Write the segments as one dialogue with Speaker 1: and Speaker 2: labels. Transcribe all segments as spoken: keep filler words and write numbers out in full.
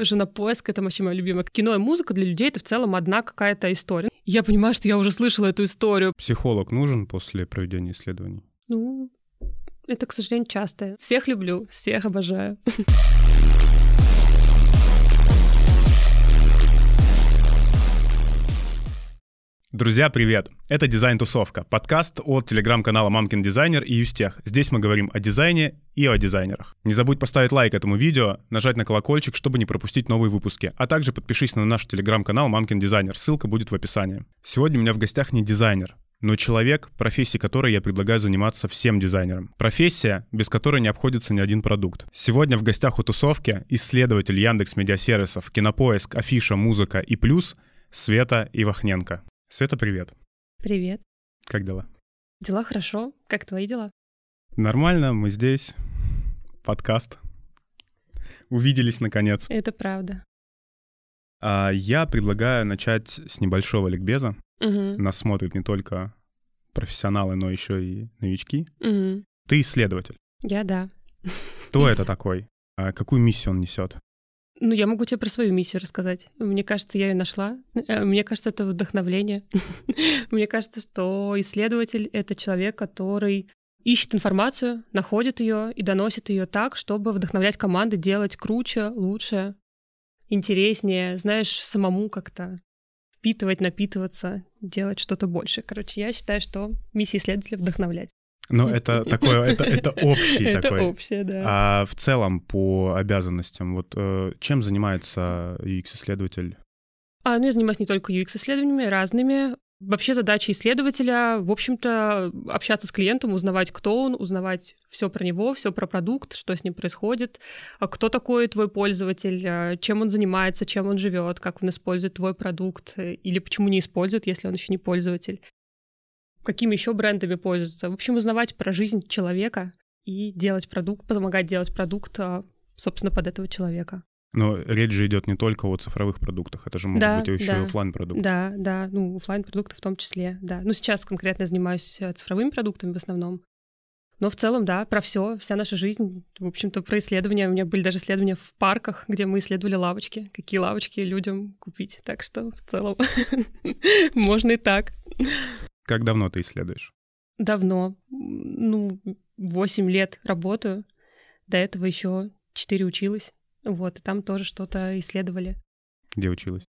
Speaker 1: «Женопоиск», это вообще мое любимое. Кино и музыка для людей — это в целом одна какая-то история. Я понимаю, что я уже слышала эту историю.
Speaker 2: Психолог нужен после проведения исследований?
Speaker 1: Ну, это, к сожалению, часто. Всех люблю, всех обожаю.
Speaker 2: Друзья, привет! Это «Дизайн-тусовка», подкаст от телеграм-канала «Мамкин дизайнер» и «Юстех». Здесь мы говорим о дизайне и о дизайнерах. Не забудь поставить лайк этому видео, нажать на колокольчик, чтобы не пропустить новые выпуски, а также подпишись на наш телеграм-канал «Мамкин дизайнер», ссылка будет в описании. Сегодня у меня в гостях не дизайнер, но человек, профессией которой я предлагаю заниматься всем дизайнерам. Профессия, без которой не обходится ни один продукт. Сегодня в гостях у тусовки исследователь Яндекс.Медиасервисов, Кинопоиск, Афиша, Музыка и Плюс Света Ивахненко. Света, привет.
Speaker 1: Привет.
Speaker 2: Как дела?
Speaker 1: Дела хорошо. Как твои дела?
Speaker 2: Нормально, мы здесь. Подкаст. Увиделись наконец.
Speaker 1: Это правда.
Speaker 2: А я предлагаю начать с небольшого ликбеза.
Speaker 1: Угу.
Speaker 2: Нас смотрят не только профессионалы, но еще и новички.
Speaker 1: Угу.
Speaker 2: Ты исследователь.
Speaker 1: Я, да.
Speaker 2: Кто это такой? А какую миссию он несет?
Speaker 1: Ну, я могу тебе про свою миссию рассказать. Мне кажется, я ее нашла. Мне кажется, это вдохновление. Мне кажется, что исследователь — это человек, который ищет информацию, находит ее и доносит ее так, чтобы вдохновлять команды делать круче, лучше, интереснее, знаешь, самому как-то впитывать, напитываться, делать что-то больше. Короче, я считаю, что миссия исследователя — вдохновлять.
Speaker 2: Но это такое, это, это общий
Speaker 1: это
Speaker 2: такой.
Speaker 1: Это общее, да.
Speaker 2: А в целом по обязанностям, вот э, чем занимается ю экс-исследователь?
Speaker 1: А, ну, я занимаюсь не только ю экс-исследованиями, разными. Вообще задача исследователя, в общем-то, общаться с клиентом, узнавать, кто он, узнавать все про него, все про продукт, что с ним происходит, кто такой твой пользователь, чем он занимается, чем он живет, как он использует твой продукт или почему не использует, если он еще не пользователь. Какими еще брендами пользуются. В общем, узнавать про жизнь человека и делать продукт, помогать делать продукт, собственно, под этого человека.
Speaker 2: Но речь же идет не только о цифровых продуктах, это же могут
Speaker 1: да,
Speaker 2: быть еще
Speaker 1: да,
Speaker 2: и офлайн-продукты.
Speaker 1: Да, да, ну, офлайн-продукты в том числе, да. Ну, сейчас конкретно я занимаюсь цифровыми продуктами в основном. Но в целом, да, про все, вся наша жизнь, в общем-то, про исследования. У меня были даже исследования в парках, где мы исследовали лавочки, какие лавочки людям купить. Так что в целом можно и так.
Speaker 2: Как давно ты исследуешь?
Speaker 1: Давно. Ну, восемь лет работаю. До этого еще четыре училась. Вот, и там тоже что-то исследовали.
Speaker 2: Где училась?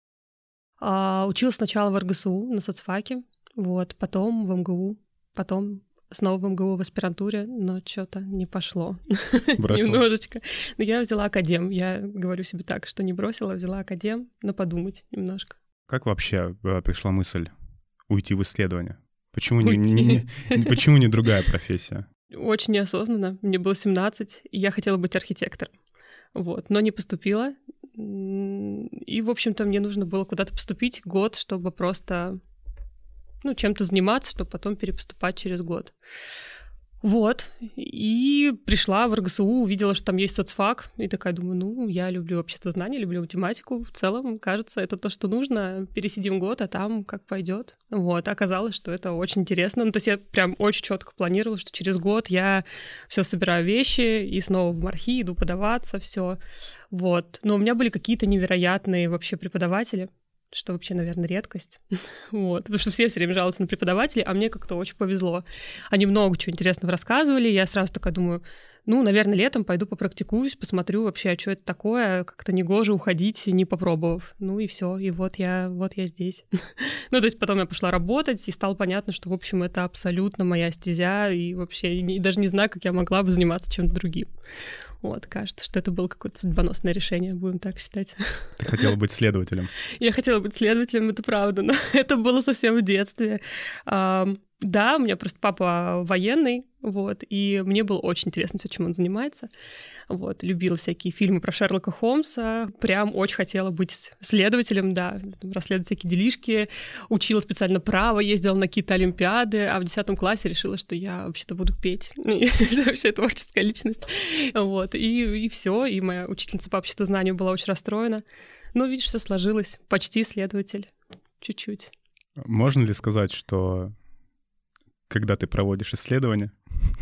Speaker 1: А, училась сначала в эр гэ эс у на соцфаке, вот, потом в эм гэ у, потом снова в эм гэ у в аспирантуре, но что-то не пошло. Немножечко. Но я взяла академ. Я говорю себе так, что не бросила, взяла академ, но подумать немножко.
Speaker 2: Как вообще пришла мысль уйти в исследование? Почему не, не, не, почему не другая профессия?
Speaker 1: Очень неосознанно. Мне было семнадцать, и я хотела быть архитектором. Вот, но не поступила. И, в общем-то, мне нужно было куда-то поступить год, чтобы просто, ну, чем-то заниматься, чтобы потом перепоступать через год. Вот, и пришла в эр гэ эс у, увидела, что там есть соцфак, и такая думаю, ну, я люблю обществознание, люблю математику, в целом, кажется, это то, что нужно, пересидим год, а там как пойдет. Вот, оказалось, что это очень интересно, ну, то есть я прям очень четко планировала, что через год я все собираю вещи и снова в мархи иду подаваться, все. Вот, но у меня были какие-то невероятные вообще преподаватели, что вообще, наверное, редкость. Вот. Потому что все все время жалуются на преподавателей, а мне как-то очень повезло. Они много чего интересного рассказывали, я сразу такая думаю, ну, наверное, летом пойду попрактикуюсь, посмотрю вообще, а что это такое, как-то негоже уходить, не попробовав. Ну и все, и вот я, вот я здесь. Ну, то есть потом я пошла работать, и стало понятно, что, в общем, это абсолютно моя стезя, и вообще не, даже не знаю, как я могла бы заниматься чем-то другим. Вот, кажется, что это было какое-то судьбоносное решение, будем так считать.
Speaker 2: Ты хотела быть следователем?
Speaker 1: Я хотела быть следователем, это правда, но это было совсем в детстве. Да, у меня просто папа военный, вот, и мне было очень интересно все, чем он занимается. Вот, любила всякие фильмы про Шерлока Холмса, прям очень хотела быть следователем, да, расследовать всякие делишки, учила специально право, ездила на какие-то олимпиады, а в десятом классе решила, что я вообще-то буду петь, что вообще творческая личность, вот, и, и все, и моя учительница по обществознанию была очень расстроена. Но, видишь, все сложилось, почти следователь, чуть-чуть.
Speaker 2: Можно ли сказать, что когда ты проводишь исследования,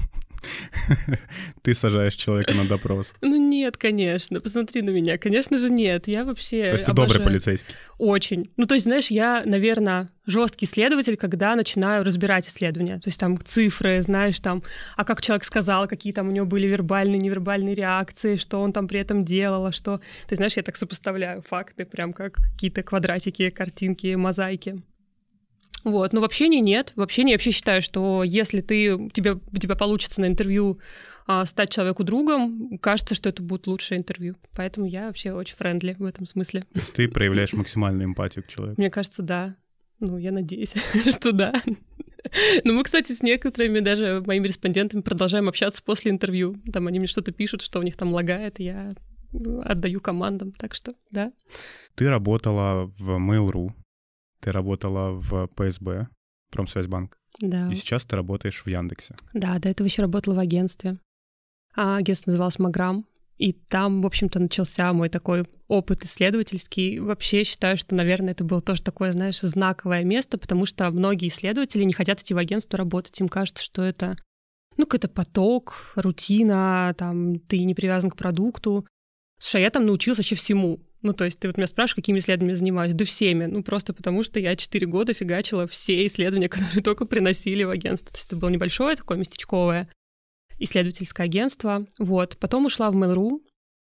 Speaker 2: Ты сажаешь человека на допрос.
Speaker 1: Ну нет, конечно, посмотри на меня. Конечно же нет, я вообще
Speaker 2: То есть ты
Speaker 1: обожаю...
Speaker 2: добрый полицейский?
Speaker 1: Очень. Ну то есть, знаешь, я, наверное, жесткий исследователь, когда начинаю разбирать исследования. То есть там цифры, знаешь, там, а как человек сказал, какие там у него были вербальные, невербальные реакции, что он там при этом делал, а что... То есть, знаешь, я так сопоставляю факты, прям как какие-то квадратики, картинки, мозаики. Вот, но в общении нет. В общении я вообще считаю, что если ты, тебе, у тебя получится на интервью а, стать человеку другом, кажется, что это будет лучшее интервью. Поэтому я вообще очень френдли в этом смысле.
Speaker 2: То есть ты проявляешь максимальную эмпатию к человеку?
Speaker 1: Мне кажется, да. Ну, я надеюсь, что да. Но мы, кстати, с некоторыми даже моими респондентами продолжаем общаться после интервью. Там они мне что-то пишут, что у них там лагает, и я отдаю командам. Так что, да.
Speaker 2: Ты работала в Mail.ru. Ты работала в пэ эс бэ, Промсвязьбанк.
Speaker 1: Да.
Speaker 2: И сейчас ты работаешь в Яндексе.
Speaker 1: Да, до этого еще работала в агентстве. А агентство называлось Маграм. И там, в общем-то, начался мой такой опыт исследовательский. Вообще считаю, что, наверное, это было тоже такое, знаешь, знаковое место, потому что многие исследователи не хотят идти в агентство работать. Им кажется, что это, ну, какой-то поток, рутина, там, ты не привязан к продукту. Слушай, я там научился вообще всему. Ну, то есть ты вот меня спрашиваешь, какими исследованиями я занимаюсь? Да всеми. Ну, просто потому что я четыре года фигачила все исследования, которые только приносили в агентство. То есть это было небольшое такое местечковое исследовательское агентство. Вот. Потом ушла в Mail.ru.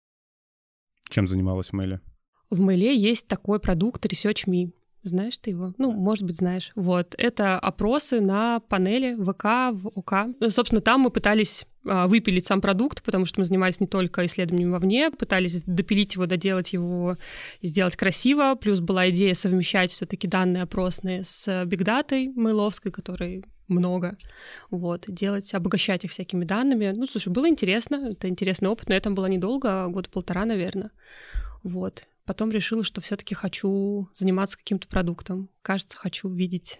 Speaker 2: Чем занималась в Mail.ru?
Speaker 1: В Mail.ru есть такой продукт Research точка ми. Знаешь ты его? Ну, может быть, знаешь. Вот. Это опросы на панели ВК, в ОК. Собственно, там мы пытались а, выпилить сам продукт, потому что мы занимались не только исследованиями вовне, пытались допилить его, доделать его, сделать красиво. Плюс была идея совмещать все-таки данные опросные с бигдатой мейловской, которой много. Вот. Делать, обогащать их всякими данными. Ну, слушай, было интересно. Это интересный опыт, но я там была недолго, года полтора, наверное. Вот. Потом решила, что все-таки хочу заниматься каким-то продуктом. Кажется, хочу видеть,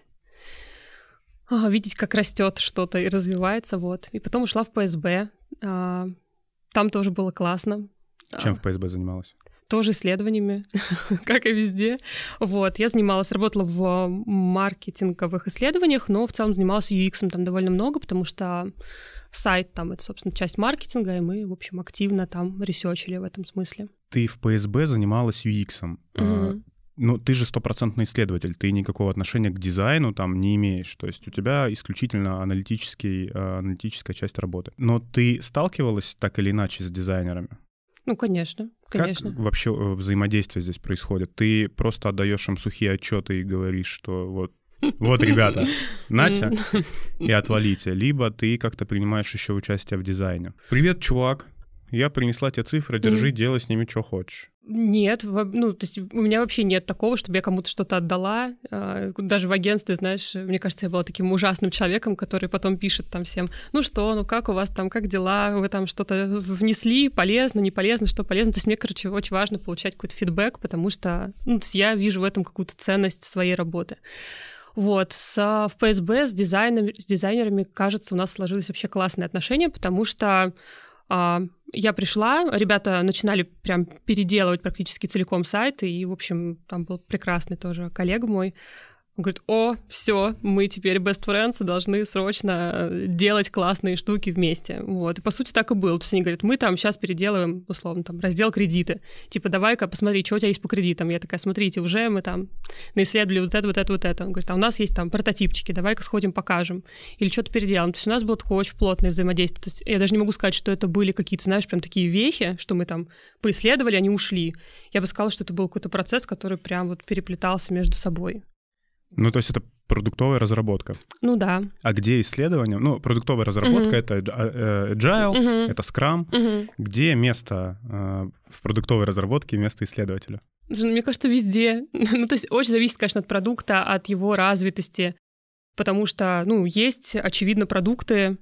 Speaker 1: а, видеть, как растет что-то и развивается. Вот. И потом ушла в пэ эс бэ. А, там тоже было классно.
Speaker 2: Чем в пэ эс бэ занималась?
Speaker 1: Тоже исследованиями, как и везде. Вот. Я занималась, работала в маркетинговых исследованиях, но в целом занималась ю экс там довольно много, потому что сайт там — это, собственно, часть маркетинга, и мы, в общем, активно там ресерчили в этом смысле.
Speaker 2: Ты в пэ эс бэ занималась ю экс.
Speaker 1: Mm-hmm.
Speaker 2: А, ну, ты же стопроцентный исследователь, ты никакого отношения к дизайну там не имеешь. То есть у тебя исключительно аналитический, аналитическая часть работы. Но ты сталкивалась так или иначе с дизайнерами?
Speaker 1: Ну, конечно, конечно.
Speaker 2: Как вообще взаимодействие здесь происходит? Ты просто отдаешь им сухие отчеты и говоришь, что вот, вот, ребята, нате и отвалите. Либо ты как-то принимаешь еще участие в дизайне. Привет, чувак. Я принесла тебе цифры, держи, mm. делай с ними, что хочешь.
Speaker 1: Нет, ну, то есть у меня вообще нет такого, чтобы я кому-то что-то отдала. Даже в агентстве, знаешь, мне кажется, я была таким ужасным человеком, который потом пишет там всем: ну что, ну как у вас там, как дела, вы там что-то внесли, полезно, не полезно, что полезно. То есть мне, короче, очень важно получать какой-то фидбэк, потому что, ну, то есть я вижу в этом какую-то ценность своей работы. Вот, с, в пэ эс бэ с, дизайном, с дизайнерами, кажется, у нас сложились вообще классные отношения, потому что а, я пришла, ребята начинали прям переделывать практически целиком сайт, и, в общем, там был прекрасный тоже коллега мой. Он говорит: о, все, мы теперь best friends, должны срочно делать классные штуки вместе. Вот. И по сути так и было. То есть они говорят: мы там сейчас переделаем, условно, там, раздел кредиты. Типа, давай-ка посмотри, что у тебя есть по кредитам. Я такая: смотрите, уже мы там наисследовали вот это, вот это, вот это. Он говорит: а у нас есть там прототипчики, давай-ка сходим, покажем. Или что-то переделаем. То есть у нас было такое очень плотное взаимодействие. То есть я даже не могу сказать, что это были какие-то, знаешь, прям такие вехи, что мы там поисследовали, они ушли. Я бы сказала, что это был какой-то процесс, который прям вот переплетался между собой.
Speaker 2: Ну, то есть это продуктовая разработка.
Speaker 1: Ну да.
Speaker 2: А где исследование? Ну, продуктовая разработка uh-huh. — это Agile, uh-huh. это Scrum. Uh-huh. Где место э, в продуктовой разработке, место исследователя?
Speaker 1: Мне кажется, везде. Ну, то есть очень зависит, конечно, от продукта, от его развитости, потому что, ну, есть, очевидно, продукты,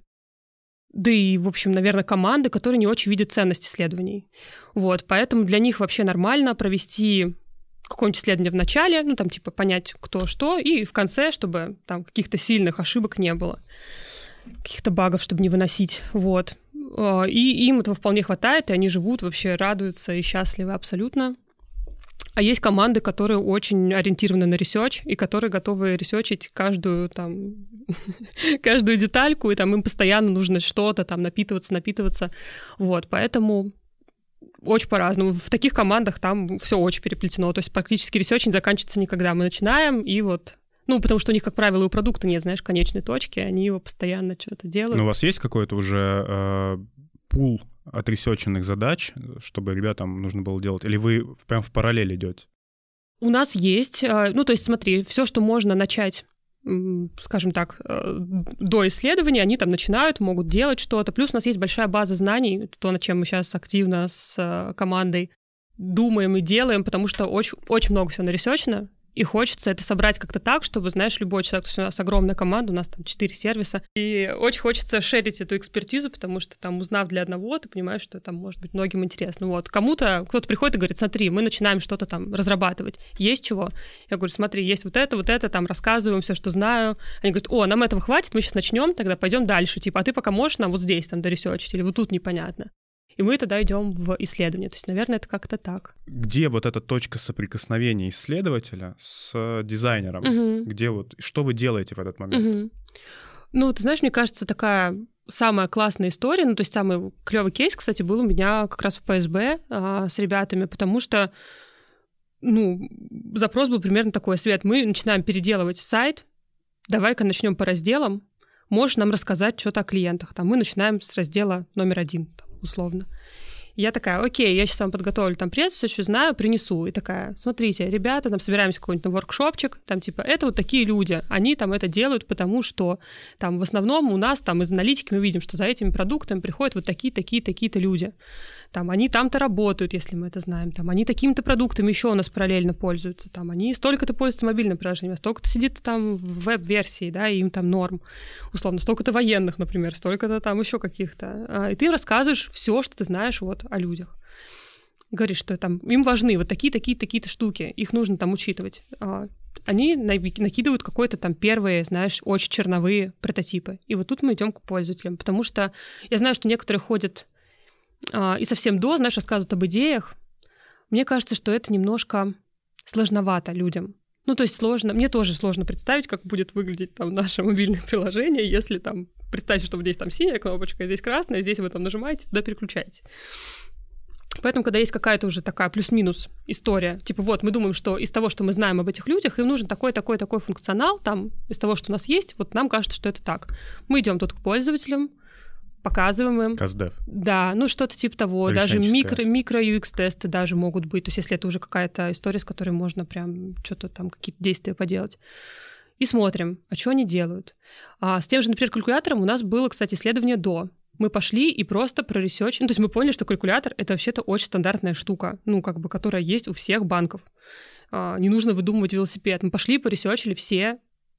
Speaker 1: да и, в общем, наверное, команды, которые не очень видят ценность исследований. Вот, поэтому для них вообще нормально провести какое-нибудь исследование в начале, ну, там, типа, понять, кто что, и в конце, чтобы там каких-то сильных ошибок не было, каких-то багов, чтобы не выносить, вот. И им этого вполне хватает, и они живут, вообще радуются и счастливы абсолютно. А есть команды, которые очень ориентированы на ресерч, и которые готовы ресерчить каждую там каждую детальку, и там им постоянно нужно что-то там напитываться, напитываться. Вот, поэтому очень по-разному. В таких командах там все очень переплетено. То есть практически ресерч не заканчивается никогда. Мы начинаем, и вот... Ну, потому что у них, как правило, у продукта нет, знаешь, конечной точки, они его постоянно что-то делают.
Speaker 2: Но у вас есть какой-то уже э, пул отресеченных задач, чтобы ребятам нужно было делать? Или вы прям в параллель идете?
Speaker 1: У нас есть, ну, то есть смотри, все, что можно начать, скажем так, до исследования, они там начинают, могут делать что-то. Плюс у нас есть большая база знаний, то, над чем мы сейчас активно с командой думаем и делаем, потому что очень, очень много всего наресечено. И хочется это собрать как-то так, чтобы, знаешь, любой человек, то есть у нас огромная команда, у нас там четыре сервиса, и очень хочется шерить эту экспертизу, потому что там, узнав для одного, ты понимаешь, что там может быть многим интересно. Вот. Кому-то, кто-то приходит и говорит, смотри, мы начинаем что-то там разрабатывать. Есть чего? Я говорю, смотри, есть вот это, вот это, там рассказываем все, что знаю. Они говорят, о, нам этого хватит, мы сейчас начнем, тогда пойдем дальше. Типа, а ты пока можешь нам вот здесь там доресерчить, или вот тут непонятно. И мы тогда идем в исследование. То есть, наверное, это как-то так.
Speaker 2: Где вот эта точка соприкосновения исследователя с дизайнером?
Speaker 1: Угу.
Speaker 2: Где вот, что вы делаете в этот момент?
Speaker 1: Угу. Ну, ты знаешь, мне кажется, такая самая классная история, ну, то есть самый клевый кейс, кстати, был у меня как раз в пэ эс бэ а, с ребятами, потому что, ну, запрос был примерно такой: Свет, мы начинаем переделывать сайт, давай-ка начнем по разделам, можешь нам рассказать что-то о клиентах. Там мы начинаем с раздела номер один, там, условно. Я такая, окей, я сейчас вам подготовлю там пресс, все, что знаю, принесу. И такая, смотрите, ребята, там собираемся какой-нибудь на воркшопчик, там типа, это вот такие люди, они там это делают, потому что там в основном у нас там из аналитики мы видим, что за этими продуктами приходят вот такие, такие, такие-то люди. Там они там-то работают, если мы это знаем, там они такими-то продуктами еще у нас параллельно пользуются, там они столько-то пользуются мобильным приложением, столько-то сидит там в веб-версии, да, и им там норм, условно, столько-то военных, например, столько-то там еще каких-то. И ты им рассказываешь все, что ты знаешь вот о людях. Говоришь, что там им важны вот такие, такие, такие-то штуки, их нужно там учитывать. Они накидывают какой-то там первые, знаешь, очень черновые прототипы. И вот тут мы идем к пользователям, потому что я знаю, что некоторые ходят и совсем до, знаешь, рассказывают об идеях. Мне кажется, что это немножко сложновато людям. Ну, то есть сложно, мне тоже сложно представить, как будет выглядеть там наше мобильное приложение, если там, представьте, что вот здесь там синяя кнопочка, здесь красная, здесь вы там нажимаете, туда переключаете. Поэтому, когда есть какая-то уже такая плюс-минус история, типа вот мы думаем, что из того, что мы знаем об этих людях, им нужен такой, такой, такой функционал, там, из того, что у нас есть, вот нам кажется, что это так. Мы идем тут к пользователям, показываем им.
Speaker 2: Каздев.
Speaker 1: Да, ну что-то типа того. Даже микро, микро-ю экс-тесты даже могут быть. То есть если это уже какая-то история, с которой можно прям что-то там, какие-то действия поделать. И смотрим, а что они делают. А с тем же, например, калькулятором у нас было, кстати, исследование до. Мы пошли и просто проресерчили. Ну, то есть мы поняли, что калькулятор — это вообще-то очень стандартная штука, ну, как бы, которая есть у всех банков. А, не нужно выдумывать велосипед. Мы пошли и поресерчили все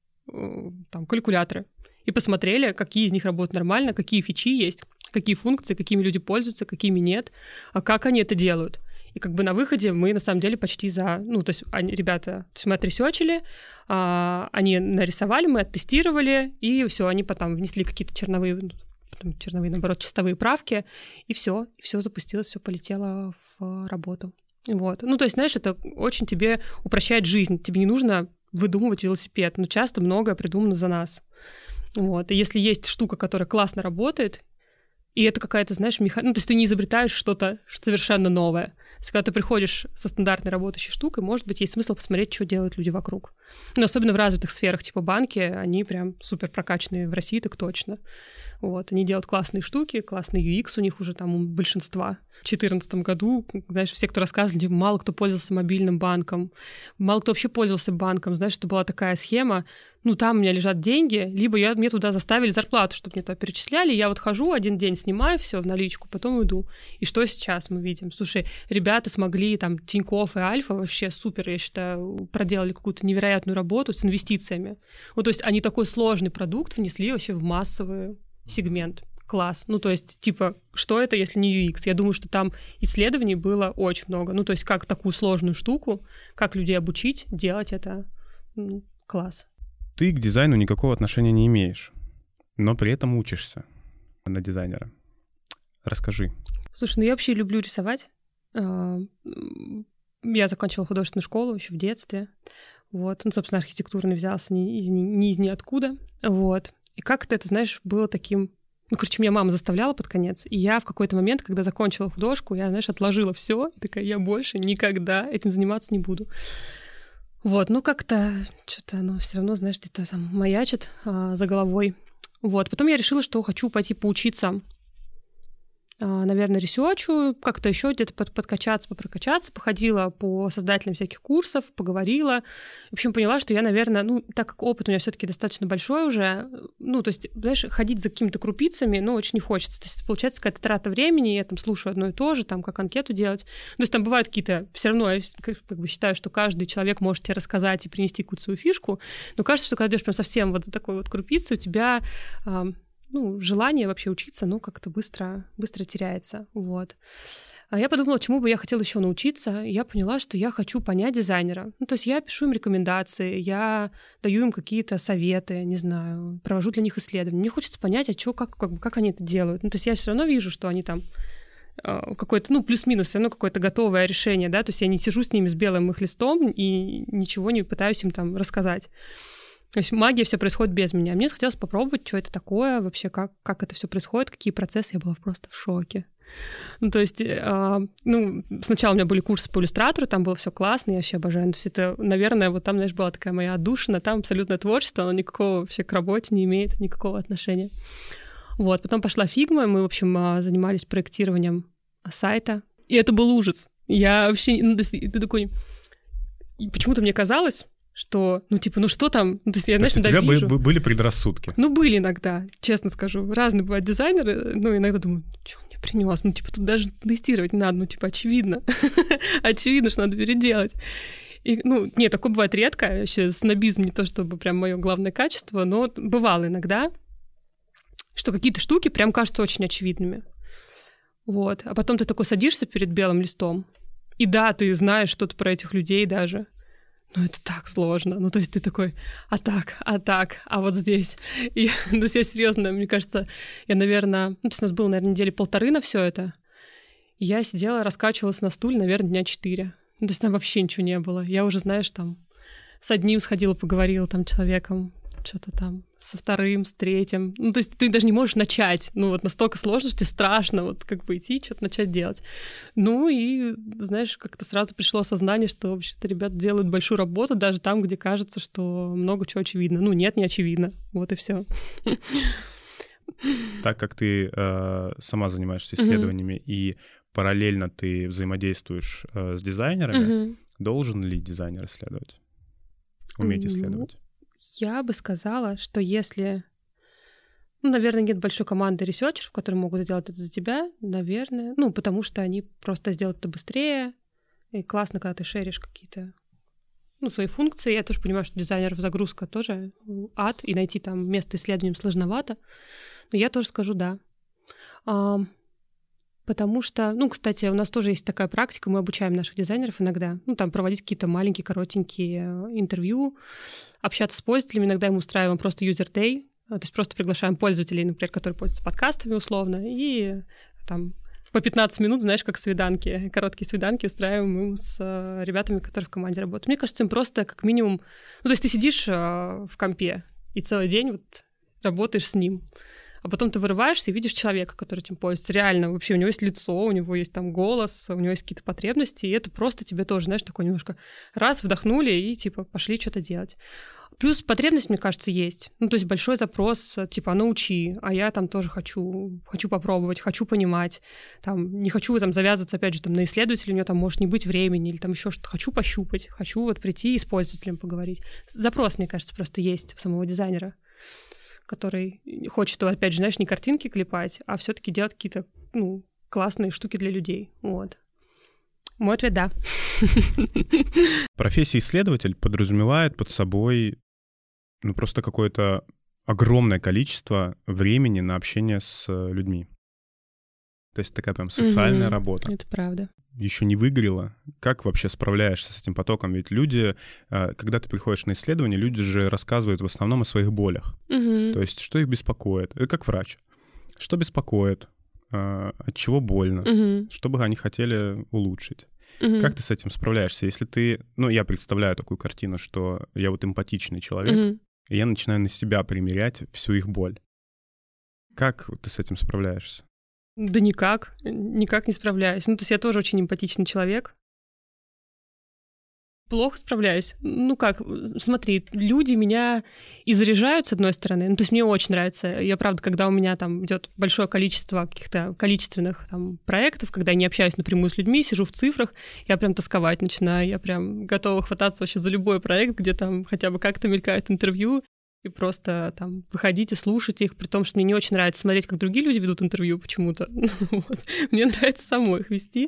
Speaker 1: там калькуляторы. И посмотрели, какие из них работают нормально, какие фичи есть, какие функции, какими люди пользуются, какими нет, а как они это делают. И как бы на выходе мы на самом деле почти за... Ну, то есть они, ребята, то есть мы отресерчили, а, они нарисовали, мы оттестировали, и все, они потом внесли какие-то черновые, потом черновые, наоборот, чистовые правки, и все, и все запустилось, все полетело в работу. Вот. Ну, то есть, знаешь, это очень тебе упрощает жизнь. Тебе не нужно выдумывать велосипед, но часто многое придумано за нас. Вот. И если есть штука, которая классно работает, и это какая-то, знаешь, меха... ну, то есть ты не изобретаешь что-то совершенно новое. То есть когда ты приходишь со стандартной работающей штукой, может быть, есть смысл посмотреть, что делают люди вокруг. Но особенно в развитых сферах, типа банки, они прям супер прокачанные в России, так точно. Вот. Они делают классные штуки, классный ю экс у них уже там у большинства. В две тысячи четырнадцатом году, знаешь, все, кто рассказывали, мало кто пользовался мобильным банком, мало кто вообще пользовался банком. Знаешь, это была такая схема, ну, там у меня лежат деньги, либо я, мне туда заставили зарплату, чтобы мне туда перечисляли, я вот хожу один день, снимаю все в наличку, потом уйду. И что сейчас мы видим? Слушай, ребята смогли, там, Тинькофф и Альфа вообще супер, я считаю, проделали какую-то невероятную работу с инвестициями. Вот, то есть они такой сложный продукт внесли вообще в массовый сегмент. Класс. Ну, то есть, типа, что это, если не ю экс? Я думаю, что там исследований было очень много. Ну, то есть, как такую сложную штуку, как людей обучить, делать это, ну, класс.
Speaker 2: Ты к дизайну никакого отношения не имеешь, но при этом учишься на дизайнера. Расскажи.
Speaker 1: Слушай, ну я вообще люблю рисовать. я закончила художественную школу еще в детстве. Вот. Ну, собственно, архитектурный взялся ни из, ни, ни из ниоткуда. Вот. И как-то это, знаешь, было таким... Ну, короче, меня мама заставляла под конец, и я в какой-то момент, когда закончила художку, я, знаешь, отложила все и такая, я больше никогда этим заниматься не буду. Вот, ну как-то что-то оно все равно, знаешь, где-то там маячит а, за головой. Вот, потом я решила, что хочу пойти поучиться, а, наверное, ресерчу, как-то еще где-то под, подкачаться, попрокачаться, походила по создателям всяких курсов, поговорила. В общем, поняла, что я, наверное, ну, так как опыт у меня все-таки достаточно большой уже, ну, то есть, знаешь, ходить за какими-то крупицами, ну, очень не хочется. То есть, получается какая-то трата времени, я там слушаю одно и то же, там, как анкету делать. То есть, там бывают какие-то... Все равно я как бы считаю, что каждый человек может тебе рассказать и принести какую-то свою фишку, но кажется, что когда идешь прям совсем вот за такой вот крупицей, у тебя... ну, желание вообще учиться, ну, как-то быстро, быстро теряется, вот. А я подумала, чему бы я хотела еще научиться, и я поняла, что я хочу понять дизайнера. Ну, то есть я пишу им рекомендации, я даю им какие-то советы, не знаю, провожу для них исследования. Мне хочется понять, а что, как, как, как они это делают. Ну, то есть я все равно вижу, что они там какое-то, ну, плюс-минус, все равно какое-то готовое решение, да, то есть я не сижу с ними с белым их листом и ничего не пытаюсь им там рассказать. То есть магия, все происходит без меня. Мне захотелось попробовать, что это такое, вообще, как, как это все происходит, какие процессы. Я была просто в шоке. Ну, то есть, э, ну, сначала у меня были курсы по иллюстратору, там было все классно, я вообще обожаю. То есть это, наверное, вот там, знаешь, была такая моя отдушина, там абсолютное творчество, оно никакого вообще к работе не имеет, никакого отношения. Вот, потом пошла Figma, мы, в общем, занимались проектированием сайта, и это был ужас. Я вообще, ну, то есть, ты такой... И почему-то мне казалось... что, ну, типа, ну что там? Ну, то есть я, знаешь,
Speaker 2: иногда вижу. У тебя
Speaker 1: вижу.
Speaker 2: были предрассудки?
Speaker 1: Ну, были иногда, честно скажу. Разные бывают дизайнеры, ну, иногда думаю, что он мне принес? Ну, типа, тут даже тестировать не надо, ну, типа, очевидно. Очевидно, что надо переделать. И, ну, нет, такое бывает редко. Вообще, снобизм не то чтобы прям мое главное качество, но бывало иногда, что какие-то штуки прям кажутся очень очевидными. Вот. А потом ты такой садишься перед белым листом, и да, ты знаешь что-то про этих людей даже. Ну, это так сложно. Ну, то есть ты такой, а так, а так, а вот здесь. И, ну, я серьезно, мне кажется, я, наверное... Ну, то есть у нас было, наверное, недели полторы на все это. И я сидела, раскачивалась на стуле, наверное, дня четыре. Ну, то есть там вообще ничего не было. Я уже, знаешь, там с одним сходила, поговорила там человеком, что-то там, со вторым, с третьим. Ну, то есть ты даже не можешь начать. Ну, вот настолько сложно, что тебе страшно вот как бы идти, что-то начать делать. Ну, и, знаешь, как-то сразу пришло осознание, что, вообще-то, ребята делают большую работу даже там, где кажется, что много чего очевидно. Ну, нет, не очевидно. Вот и все.
Speaker 2: Так как ты э, сама занимаешься исследованиями mm-hmm. и параллельно ты взаимодействуешь э, с дизайнерами, mm-hmm. должен ли дизайнер исследовать? Уметь исследовать?
Speaker 1: Я бы сказала, что если... Ну, наверное, нет большой команды ресерчеров, которые могут сделать это за тебя, наверное. Ну, потому что они просто сделают это быстрее. И классно, когда ты шеришь какие-то, ну, свои функции. Я тоже понимаю, что дизайнеров загрузка тоже ад, и найти там место исследованиям сложновато. Но я тоже скажу «да». А, потому что, ну, кстати, у нас тоже есть такая практика, мы обучаем наших дизайнеров иногда, ну, там, проводить какие-то маленькие, коротенькие интервью, общаться с пользователями, иногда им устраиваем просто user day, то есть просто приглашаем пользователей, например, которые пользуются подкастами условно, и там по пятнадцать минут, знаешь, как свиданки, короткие свиданки устраиваем им с ребятами, которые в команде работают. Мне кажется, им просто как минимум... Ну, то есть ты сидишь в компе и целый день вот работаешь с ним, а потом ты вырываешься и видишь человека, который этим пользуется. Реально, вообще у него есть лицо, у него есть там голос, у него есть какие-то потребности, и это просто тебе тоже, знаешь, такой немножко раз вдохнули и типа пошли что-то делать. Плюс потребность, мне кажется, есть. Ну, то есть большой запрос, типа, научи, а я там тоже хочу, хочу попробовать, хочу понимать, там, не хочу там завязываться, опять же, там, на исследователя, у него там может не быть времени, или там еще что-то, хочу пощупать, хочу вот прийти и с пользователем поговорить. Запрос, мне кажется, просто есть у самого дизайнера, который хочет, опять же, знаешь, не картинки клепать, а все-таки делать какие-то, ну, классные штуки для людей. Вот. Мой ответ — да.
Speaker 2: Профессия исследователь подразумевает под собой, ну, просто какое-то огромное количество времени на общение с людьми. То есть такая прям социальная mm-hmm. работа.
Speaker 1: Это правда.
Speaker 2: Еще не выгорело. Как вообще справляешься с этим потоком? Ведь люди, когда ты приходишь на исследование, люди же рассказывают в основном о своих болях.
Speaker 1: Mm-hmm.
Speaker 2: То есть что их беспокоит. Это как врач. Что беспокоит? От чего больно? Mm-hmm. Что бы они хотели улучшить? Угу. Как ты с этим справляешься? Если ты... Ну, я представляю такую картину, что я вот эмпатичный человек, угу. и я начинаю на себя примерять всю их боль. Как ты с этим справляешься?
Speaker 1: Да никак. Никак не справляюсь. Ну, то есть я тоже очень эмпатичный человек. Плохо справляюсь. Ну как, смотри, люди меня и заряжают, с одной стороны. Ну, то есть мне очень нравится. Я, правда, когда у меня там идет большое количество каких-то количественных там проектов, когда я не общаюсь напрямую с людьми, сижу в цифрах, я прям тосковать начинаю. Я прям готова хвататься вообще за любой проект, где там хотя бы как-то мелькают интервью, и просто там выходить и слушать их, при том, что мне не очень нравится смотреть, как другие люди ведут интервью почему-то. Вот. Мне нравится самой их вести.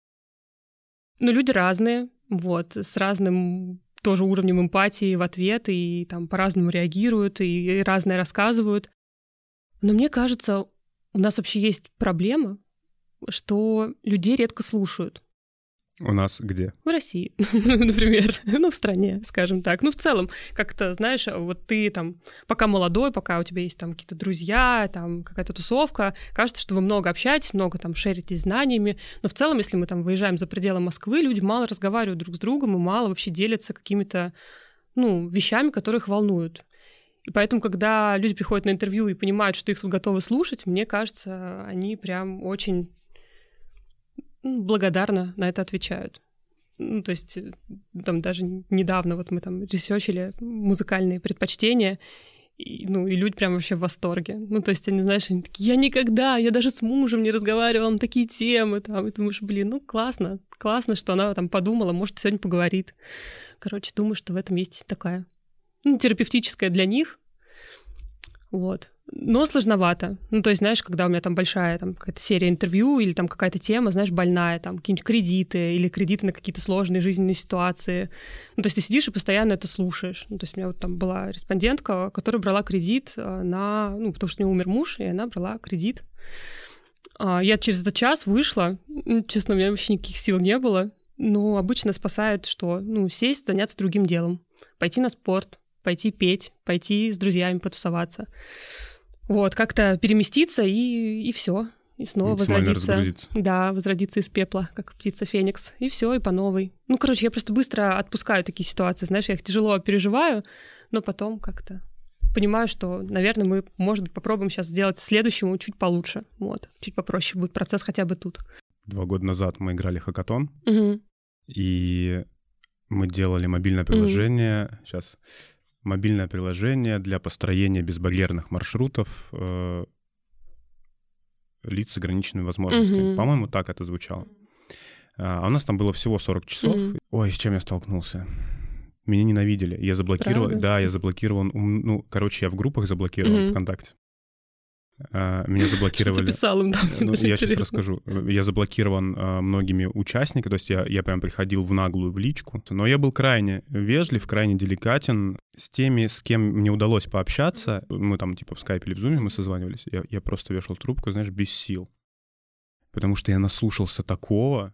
Speaker 1: Но люди разные. Вот, с разным тоже уровнем эмпатии в ответ, и там по-разному реагируют, и, и разное рассказывают. Но мне кажется, у нас вообще есть проблема, что людей редко слушают.
Speaker 2: У нас где?
Speaker 1: В России, например. Ну, в стране, скажем так. Ну, в целом, как-то, знаешь, вот ты там, пока молодой, пока у тебя есть там какие-то друзья, там какая-то тусовка, кажется, что вы много общаетесь, много там шеритесь знаниями, но в целом, если мы там выезжаем за пределы Москвы, люди мало разговаривают друг с другом и мало вообще делятся какими-то, ну, вещами, которые их волнуют. И поэтому, когда люди приходят на интервью и понимают, что их готовы слушать, мне кажется, они прям очень... благодарно на это отвечают. Ну, то есть там даже недавно вот мы там ресерчили музыкальные предпочтения, и, ну, и люди прям вообще в восторге. Ну, то есть они, знаешь, они такие, я никогда, я даже с мужем не разговаривала на такие темы, там, и думаешь, блин, ну, классно, классно, что она там подумала, может, сегодня поговорит. Короче, думаю, что в этом есть такая, ну, терапевтическая для них, вот. Но сложновато. Ну, то есть, знаешь, когда у меня там большая там, какая-то серия интервью или там какая-то тема, знаешь, больная, там какие-нибудь кредиты или кредиты на какие-то сложные жизненные ситуации. Ну, то есть ты сидишь и постоянно это слушаешь. Ну, то есть у меня вот там была респондентка, которая брала кредит на... Ну, потому что у нее умер муж, и она брала кредит. Я через этот час вышла. Честно, у меня вообще никаких сил не было. Но обычно спасает, что, ну, сесть, заняться другим делом. Пойти на спорт, пойти петь, пойти с друзьями потусоваться. Вот, как-то переместиться и, и все, и снова возродиться. Да, возродиться из пепла, как птица Феникс. И все, и по новой. Ну, короче, я просто быстро отпускаю такие ситуации, знаешь, я их тяжело переживаю, но потом как-то понимаю, что, наверное, мы, может быть, попробуем сейчас сделать следующему чуть получше. Вот, чуть попроще будет процесс хотя бы тут.
Speaker 2: Два года назад мы играли хакатон,
Speaker 1: угу.
Speaker 2: и мы делали мобильное приложение. Угу. Сейчас... Мобильное приложение для построения безбарьерных маршрутов э, лиц с ограниченными возможностями. Mm-hmm. По-моему, так это звучало. А у нас там было всего сорок часов. Mm-hmm. Ой, с чем я столкнулся? Меня ненавидели. Я заблокировал... Правда? Да, я заблокирован... Ну, короче, я в группах заблокирован mm-hmm. ВКонтакте. А, меня заблокировали...
Speaker 1: Что ты писал им там?
Speaker 2: Ну, я сейчас расскажу. Я заблокирован а, многими участниками, то есть я, я прям приходил в наглую в личку, но я был крайне вежлив, крайне деликатен с теми, с кем мне удалось пообщаться. Мы там типа в скайпе или в зуме мы созванивались. Я, я просто вешал трубку, знаешь, без сил. Потому что я наслушался такого.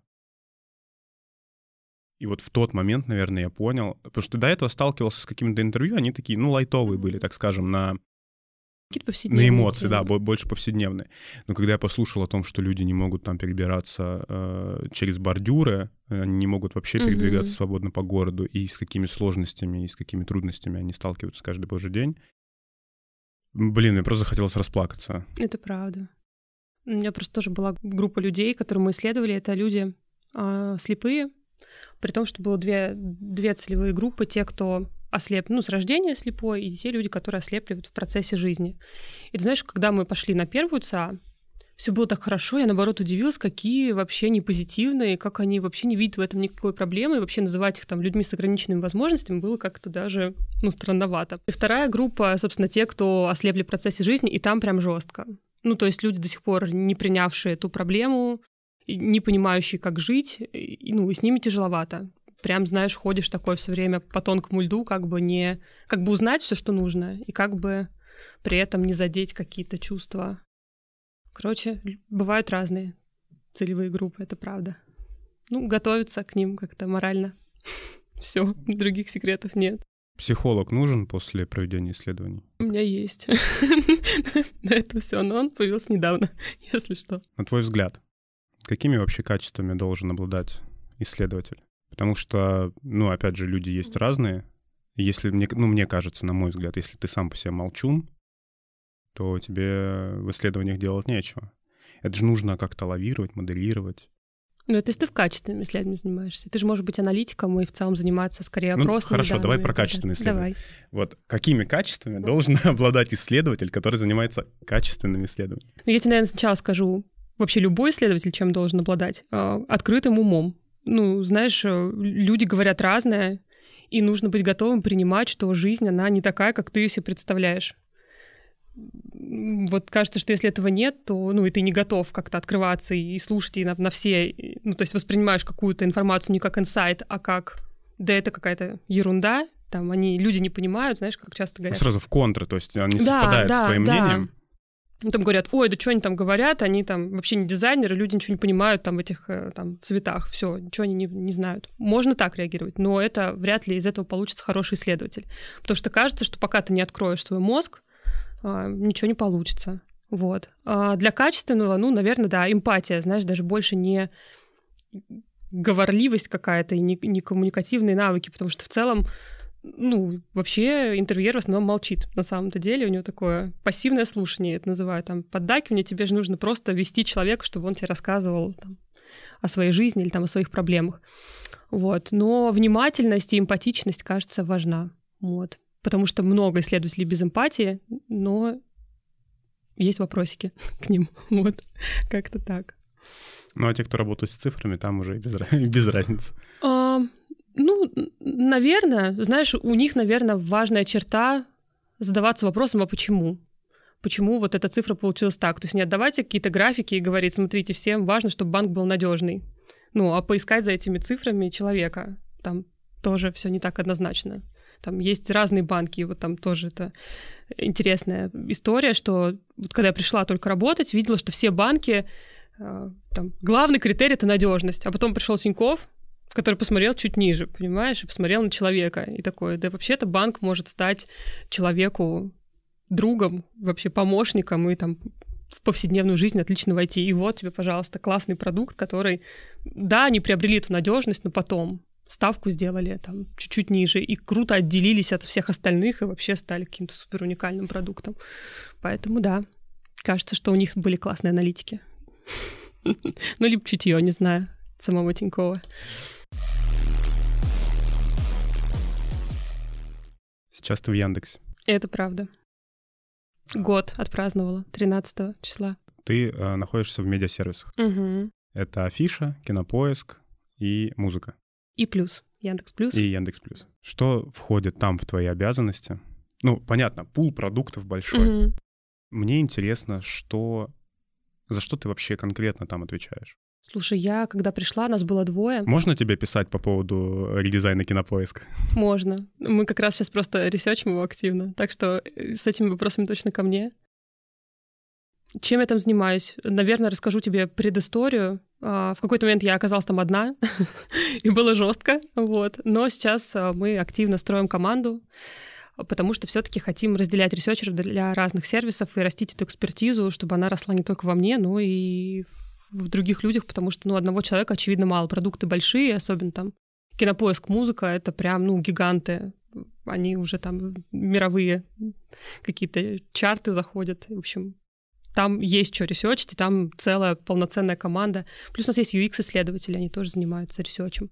Speaker 2: И вот в тот момент, наверное, я понял, потому что до этого сталкивался с какими-то интервью, они такие, ну, лайтовые были, так скажем, на... На эмоции, темы. Да, больше повседневные. Но когда я послушал о том, что люди не могут там перебираться э, через бордюры, они не могут вообще mm-hmm. передвигаться свободно по городу, и с какими сложностями, и с какими трудностями они сталкиваются каждый божий день, блин, мне просто захотелось расплакаться.
Speaker 1: Это правда. У меня просто тоже была группа людей, которую мы исследовали. Это люди э, слепые, при том, что было две, две целевые группы. Те, кто... ослеп, ну, с рождения слепой, и те люди, которые ослепли вот в процессе жизни. И ты знаешь, когда мы пошли на первую ЦА, все было так хорошо, я, наоборот, удивилась, какие вообще они позитивные, как они вообще не видят в этом никакой проблемы, и вообще называть их там людьми с ограниченными возможностями было как-то даже, ну, странновато. И вторая группа, собственно, те, кто ослепли в процессе жизни, и там прям жестко. Ну, то есть люди до сих пор не принявшие эту проблему, не понимающие, как жить, и, ну, и с ними тяжеловато. Прям, знаешь, ходишь такое все время по тонкому льду, как бы не... Как бы узнать все, что нужно, и как бы при этом не задеть какие-то чувства. Короче, бывают разные целевые группы, это правда. Ну, готовиться к ним как-то морально. Все, других секретов нет.
Speaker 2: Психолог нужен после проведения исследований?
Speaker 1: У меня есть. На это все, но он появился недавно, если что.
Speaker 2: На твой взгляд, какими вообще качествами должен обладать исследователь? Потому что, ну, опять же, люди есть разные. Если мне, ну, мне кажется, на мой взгляд, если ты сам по себе молчун, то тебе в исследованиях делать нечего. Это же нужно как-то лавировать, моделировать.
Speaker 1: Ну, это если ты в качественном исследовании занимаешься. Ты же можешь быть аналитиком и в целом заниматься скорее опросными
Speaker 2: Ну, хорошо,
Speaker 1: данными.
Speaker 2: давай про качественные исследования.
Speaker 1: Давай.
Speaker 2: Вот какими качествами должен обладать исследователь, который занимается качественными исследованиями?
Speaker 1: Ну, я тебе, наверное, сначала скажу, вообще любой исследователь чем должен обладать? Открытым умом. Ну, знаешь, люди говорят разное, и нужно быть готовым принимать, что жизнь, она не такая, как ты ее себе представляешь. Вот кажется, что если этого нет, то, ну, и ты не готов как-то открываться и слушать и на, на все, ну, то есть воспринимаешь какую-то информацию не как инсайт, а как, да, это какая-то ерунда, там, они, люди не понимают, знаешь, как часто говорят.
Speaker 2: Сразу в контра, то есть он не
Speaker 1: да,
Speaker 2: совпадает
Speaker 1: да,
Speaker 2: с твоим
Speaker 1: да.
Speaker 2: мнением.
Speaker 1: Там говорят, ой, да что они там говорят, они там вообще не дизайнеры, люди ничего не понимают там в этих там цветах, все, ничего они не, не знают. Можно так реагировать, но это вряд ли из этого получится хороший исследователь, потому что кажется, что пока ты не откроешь свой мозг, ничего не получится. Вот. А для качественного, ну, наверное, да, эмпатия, знаешь, даже больше не говорливость какая-то и не, не коммуникативные навыки, потому что в целом, ну, вообще интервьюер в основном молчит на самом-то деле, у него такое пассивное слушание, это называют, там, поддакивание, тебе же нужно просто вести человека, чтобы он тебе рассказывал там, о своей жизни или там, о своих проблемах. Вот. Но внимательность и эмпатичность, кажется, важна. Вот. Потому что много исследователей без эмпатии, но есть вопросики к ним. Вот, как-то так.
Speaker 2: Ну, а те, кто работают с цифрами, там уже без, без разницы.
Speaker 1: А, ну, наверное, знаешь, у них, наверное, важная черта задаваться вопросом, а почему? Почему вот эта цифра получилась так? То есть не отдавать какие-то графики и говорить, смотрите, всем важно, чтобы банк был надежный. Ну, а поискать за этими цифрами человека. Там тоже все не так однозначно. Там есть разные банки, и вот там тоже это интересная история, что вот когда я пришла только работать, видела, что все банки, там, главный критерий — это надежность, а потом пришел Тинькофф, который посмотрел чуть ниже, понимаешь, и посмотрел на человека, и такой, да вообще-то банк может стать человеку другом, вообще помощником, и там в повседневную жизнь отлично войти. И вот тебе, пожалуйста, классный продукт, который, да, они приобрели эту надежность, но потом ставку сделали там чуть-чуть ниже и круто отделились от всех остальных и вообще стали каким-то супер уникальным продуктом. Поэтому да, кажется, что у них были классные аналитики. Ну, либо чутье, не знаю, самого Тинькова.
Speaker 2: Сейчас ты в Яндексе.
Speaker 1: Это правда. Год отпраздновала, тринадцатого числа.
Speaker 2: Ты э, находишься в медиасервисах.
Speaker 1: Угу.
Speaker 2: Это Афиша, Кинопоиск и музыка.
Speaker 1: И плюс, Яндекс Плюс.
Speaker 2: И Яндекс Плюс. Что входит там в твои обязанности? Ну, понятно, пул продуктов большой.
Speaker 1: Угу.
Speaker 2: Мне интересно, что... за что ты вообще конкретно там отвечаешь?
Speaker 1: Слушай, я, когда пришла, нас было двое.
Speaker 2: Можно тебе писать по поводу редизайна Кинопоиска?
Speaker 1: Можно. Мы как раз сейчас просто ресерчим его активно, так что с этими вопросами точно ко мне. Чем я там занимаюсь? Наверное, расскажу тебе предысторию. В какой-то момент я оказалась там одна, и было жестко, вот. Но сейчас мы активно строим команду, потому что все-таки хотим разделять ресерчеров для разных сервисов и растить эту экспертизу, чтобы она росла не только во мне, но и в других людях, потому что, ну, одного человека, очевидно, мало. Продукты большие, особенно там Кинопоиск, музыка — это прям, ну, гиганты. Они уже там мировые какие-то чарты заходят. В общем, там есть что ресерчить, и там целая полноценная команда. Плюс у нас есть ю экс-исследователи, они тоже занимаются ресерчем.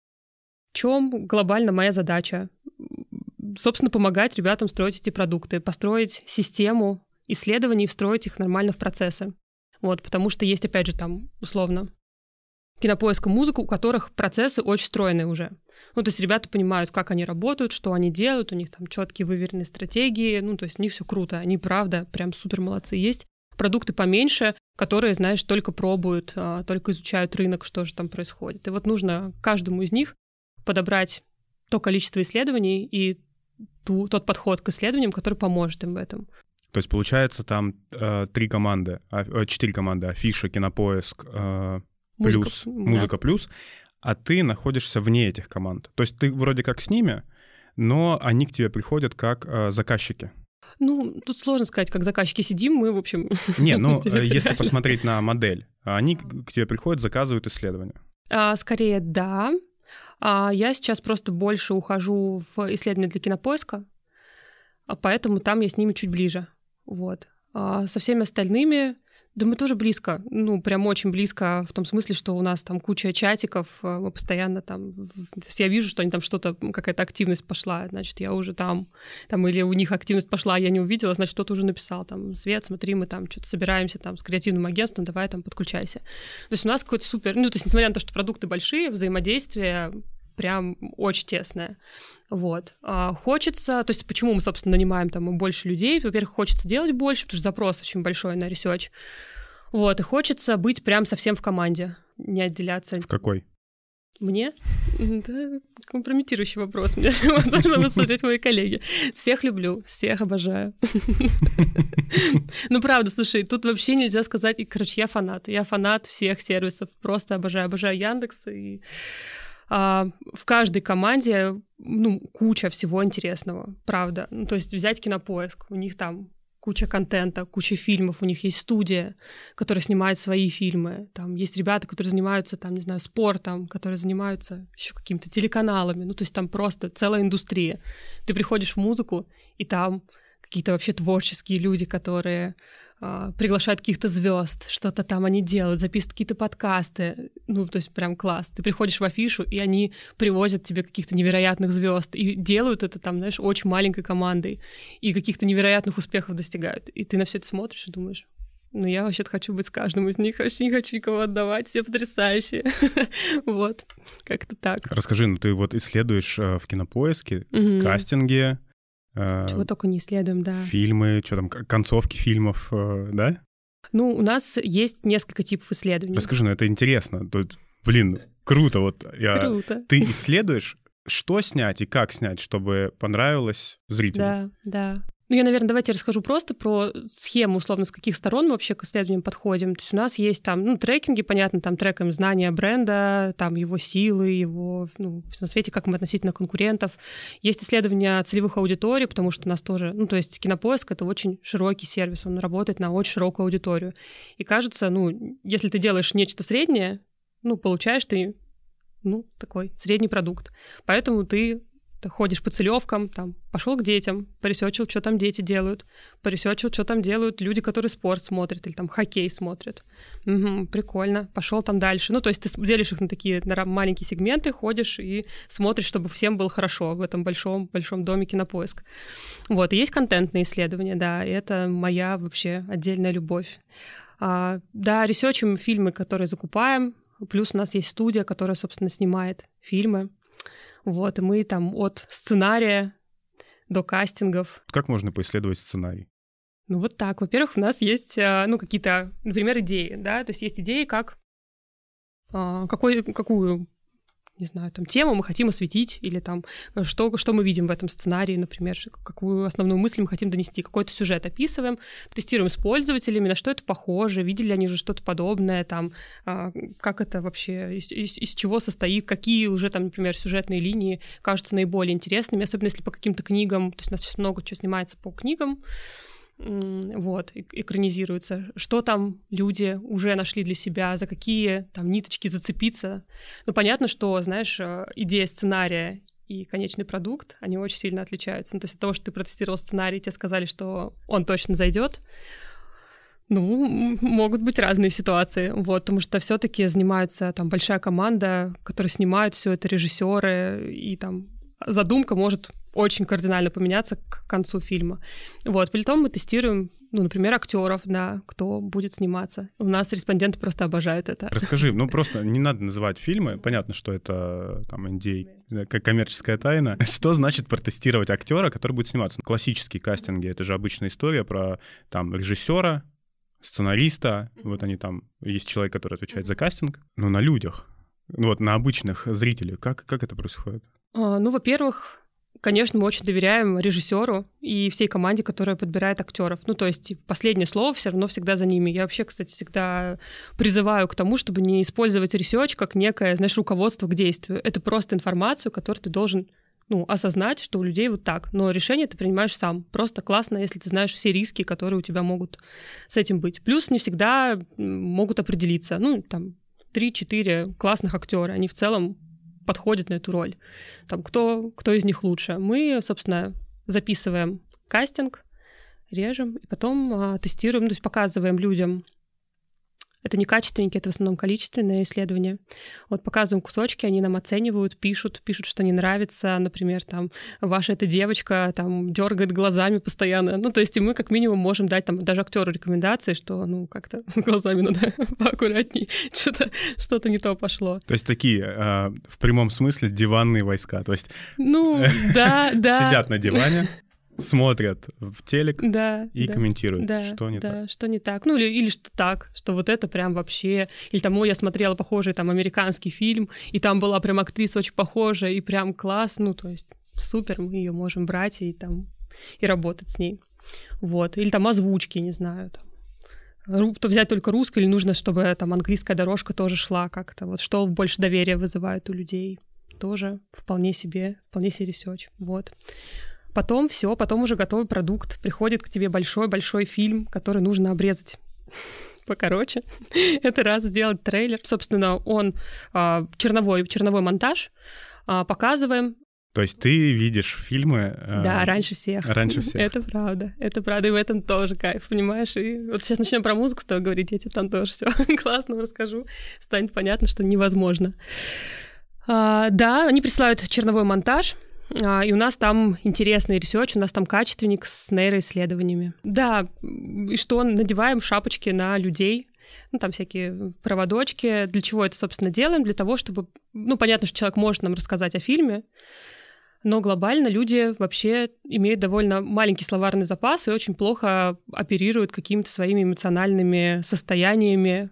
Speaker 1: В чем глобально моя задача? Собственно, помогать ребятам строить эти продукты, построить систему исследований и встроить их нормально в процессы. Вот, потому что есть, опять же, там, условно, Кинопоиск и музыка, у которых процессы очень стройные уже. Ну, то есть ребята понимают, как они работают, что они делают, у них там четкие выверенные стратегии, ну, то есть у них все круто, они, правда, прям супер молодцы. Есть продукты поменьше, которые, знаешь, только пробуют, только изучают рынок, что же там происходит. И вот нужно каждому из них подобрать то количество исследований и ту, тот подход к исследованиям, который поможет им в этом.
Speaker 2: То есть, получается, там э, три команды, э, четыре команды: Афиша, Кинопоиск, э,
Speaker 1: Музыка,
Speaker 2: плюс,
Speaker 1: да.
Speaker 2: Музыка плюс, а ты находишься вне этих команд. То есть ты вроде как с ними, но они к тебе приходят как э, заказчики.
Speaker 1: Ну, тут сложно сказать, как заказчики сидим, мы, в общем...
Speaker 2: Не, ну, если посмотреть на модель, они к тебе приходят, заказывают исследования.
Speaker 1: А, скорее, да. А я сейчас просто больше ухожу в исследования для Кинопоиска, поэтому там я с ними чуть ближе. Вот. А со всеми остальными, да мы тоже близко, ну, прям очень близко, в том смысле, что у нас там куча чатиков, мы постоянно там, я вижу, что они там что-то, какая-то активность пошла, значит, я уже там, там, или у них активность пошла, я не увидела, значит, кто-то уже написал, там, Свет, смотри, мы там что-то собираемся там с креативным агентством, давай там подключайся. То есть у нас какой-то супер, ну, то есть несмотря на то, что продукты большие, взаимодействие прям очень тесное. Вот. А хочется, то есть почему мы, собственно, нанимаем там больше людей? Во-первых, хочется делать больше, потому что запрос очень большой на ресерч. Вот, и хочется быть прям совсем в команде, не отделяться.
Speaker 2: В какой?
Speaker 1: Мне? Да, компрометирующий вопрос. Мне возможно выслушать мои коллеги. Всех люблю, всех обожаю. Ну, правда, слушай, тут вообще нельзя сказать... И, короче, я фанат. Я фанат всех сервисов. Просто обожаю. Обожаю Яндекс. И а, в каждой команде, ну, куча всего интересного. Правда. Ну, то есть взять Кинопоиск. У них там куча контента, куча фильмов, у них есть студия, которая снимает свои фильмы, там есть ребята, которые занимаются, там, не знаю, спортом, которые занимаются еще какими-то телеканалами, ну, то есть там просто целая индустрия. Ты приходишь в музыку, и там какие-то вообще творческие люди, которые а, приглашают каких-то звезд, что-то там они делают, записывают какие-то подкасты, ну, то есть прям класс. Ты приходишь в афишу, и они привозят тебе каких-то невероятных звезд и делают это там, знаешь, очень маленькой командой, и каких-то невероятных успехов достигают. И ты на все это смотришь и думаешь, ну, я вообще-то хочу быть с каждым из них, вообще не хочу никого отдавать, все потрясающие. Вот, как-то так.
Speaker 2: Расскажи, ну, ты вот исследуешь в Кинопоиске кастинги,
Speaker 1: чего только не исследуем, да.
Speaker 2: Фильмы, что там, концовки фильмов, да?
Speaker 1: Ну, у нас есть несколько типов исследований.
Speaker 2: Расскажи, ну это интересно. Тут, блин, круто. Вот я...
Speaker 1: Круто.
Speaker 2: Ты исследуешь, что снять и как снять, чтобы понравилось зрителю.
Speaker 1: Да, да. Ну, я, наверное, давайте расскажу просто про схему, условно, с каких сторон мы вообще к исследованиям подходим. То есть у нас есть там, ну, трекинги, понятно, там трекаем знания бренда, там его силы, его, ну, на свете, как мы относительно конкурентов. Есть исследования целевых аудиторий, потому что у нас тоже, ну, то есть Кинопоиск — это очень широкий сервис, он работает на очень широкую аудиторию. И кажется, ну, если ты делаешь нечто среднее, ну, получаешь ты, ну, такой средний продукт. Поэтому ты Ты ходишь по целевкам, там, пошел к детям, поресечил, что там дети делают, поресечил, что там делают люди, которые спорт смотрят или там хоккей смотрят. Угу, прикольно, пошел там дальше. Ну, то есть ты делишь их на такие на маленькие сегменты, ходишь и смотришь, чтобы всем было хорошо в этом большом-большом доме Кинопоиск. Вот, и есть контентные исследования, да, и это моя вообще отдельная любовь. А, да, ресерчим фильмы, которые закупаем, плюс у нас есть студия, которая, собственно, снимает фильмы. Вот, и мы там от сценария до кастингов.
Speaker 2: Как можно поисследовать сценарий?
Speaker 1: Ну вот так. Во-первых, у нас есть, ну, какие-то, например, идеи, да, то есть есть идеи, как, какой, какую, не знаю, там, тему мы хотим осветить, или там, что, что мы видим в этом сценарии, например, какую основную мысль мы хотим донести, какой-то сюжет описываем, тестируем с пользователями, на что это похоже, видели ли они уже что-то подобное, там, как это вообще, из, из, из чего состоит, какие уже там, например, сюжетные линии кажутся наиболее интересными, особенно если по каким-то книгам, то есть у нас сейчас много чего снимается по книгам, вот, экранизируется, что там люди уже нашли для себя, за какие там ниточки зацепиться. Ну, понятно, что, знаешь, идея сценария и конечный продукт, они очень сильно отличаются. Ну, то есть от того, что ты протестировал сценарий, тебе сказали, что он точно зайдет, ну, могут быть разные ситуации, вот, потому что все-таки занимается там большая команда, которая снимает все это, режиссеры, и там задумка может очень кардинально поменяться к концу фильма. Вот, при том мы тестируем, ну, например, актеров, да, кто будет сниматься. У нас респонденты просто обожают это.
Speaker 2: Расскажи, ну просто не надо называть фильмы, понятно, что это там эн ди эй, как коммерческая тайна. Что значит протестировать актера, который будет сниматься? Классические кастинги — это же обычная история про там режиссера, сценариста, вот они там, есть человек, который отвечает за кастинг, но на людях, вот на обычных зрителей. Как, как это происходит?
Speaker 1: А, ну, во-первых, конечно, мы очень доверяем режиссеру и всей команде, которая подбирает актеров. Ну, то есть последнее слово все равно всегда за ними. Я вообще, кстати, всегда призываю к тому, чтобы не использовать ресерч как некое, знаешь, руководство к действию. Это просто информацию, которую ты должен, ну, осознать, что у людей вот так. Но решение ты принимаешь сам. Просто классно, если ты знаешь все риски, которые у тебя могут с этим быть. Плюс не всегда могут определиться. Ну, там, три-четыре классных актера, они в целом подходят на эту роль. Там, кто, кто из них лучше? Мы, собственно, записываем кастинг, режем, и потом а, тестируем, то есть показываем людям. Это не качественники, это в основном количественное исследование. Вот показываем кусочки, они нам оценивают, пишут, пишут, что не нравится, например, там, ваша эта девочка там дергает глазами постоянно. Ну, то есть и мы как минимум можем дать там даже актеру рекомендации, что, ну, как-то с глазами надо поаккуратней, что-то, что-то не то пошло.
Speaker 2: То есть такие, э, в прямом смысле, диванные войска, то есть
Speaker 1: ну, да, да.
Speaker 2: сидят на диване, смотрят в телек
Speaker 1: да,
Speaker 2: и
Speaker 1: да,
Speaker 2: комментируют,
Speaker 1: да,
Speaker 2: что не
Speaker 1: да,
Speaker 2: так.
Speaker 1: что не так. Ну, или, или что так, что вот это прям вообще... Или там, ой, я смотрела похожий там американский фильм, и там была прям актриса очень похожая, и прям класс. Ну, то есть супер, мы ее можем брать и там и работать с ней. Вот. Или там озвучки, не знаю, там. То взять только русское, или нужно, чтобы там английская дорожка тоже шла как-то. Вот что больше доверия вызывает у людей. Тоже вполне себе, вполне себе ресерч. Вот. Потом все, потом уже готовый продукт. Приходит к тебе большой-большой фильм, который нужно обрезать покороче. Это раз сделать трейлер. Собственно, он а, черновой, черновой монтаж. А, показываем.
Speaker 2: То есть ты видишь фильмы... А,
Speaker 1: да, раньше всех.
Speaker 2: Раньше всех.
Speaker 1: Это правда. Это правда. И в этом тоже кайф, понимаешь? И вот сейчас начнем про музыку с тобой говорить, я тебе там тоже все классно расскажу. Станет понятно, что невозможно. А, да, они присылают черновой монтаж. И у нас там интересный ресерч, у нас там качественник с нейроисследованиями. Да, и что надеваем шапочки на людей, ну, там всякие проводочки. Для чего это, собственно, делаем? Для того, чтобы... Ну, понятно, что человек может нам рассказать о фильме, но глобально люди вообще имеют довольно маленький словарный запас и очень плохо оперируют какими-то своими эмоциональными состояниями,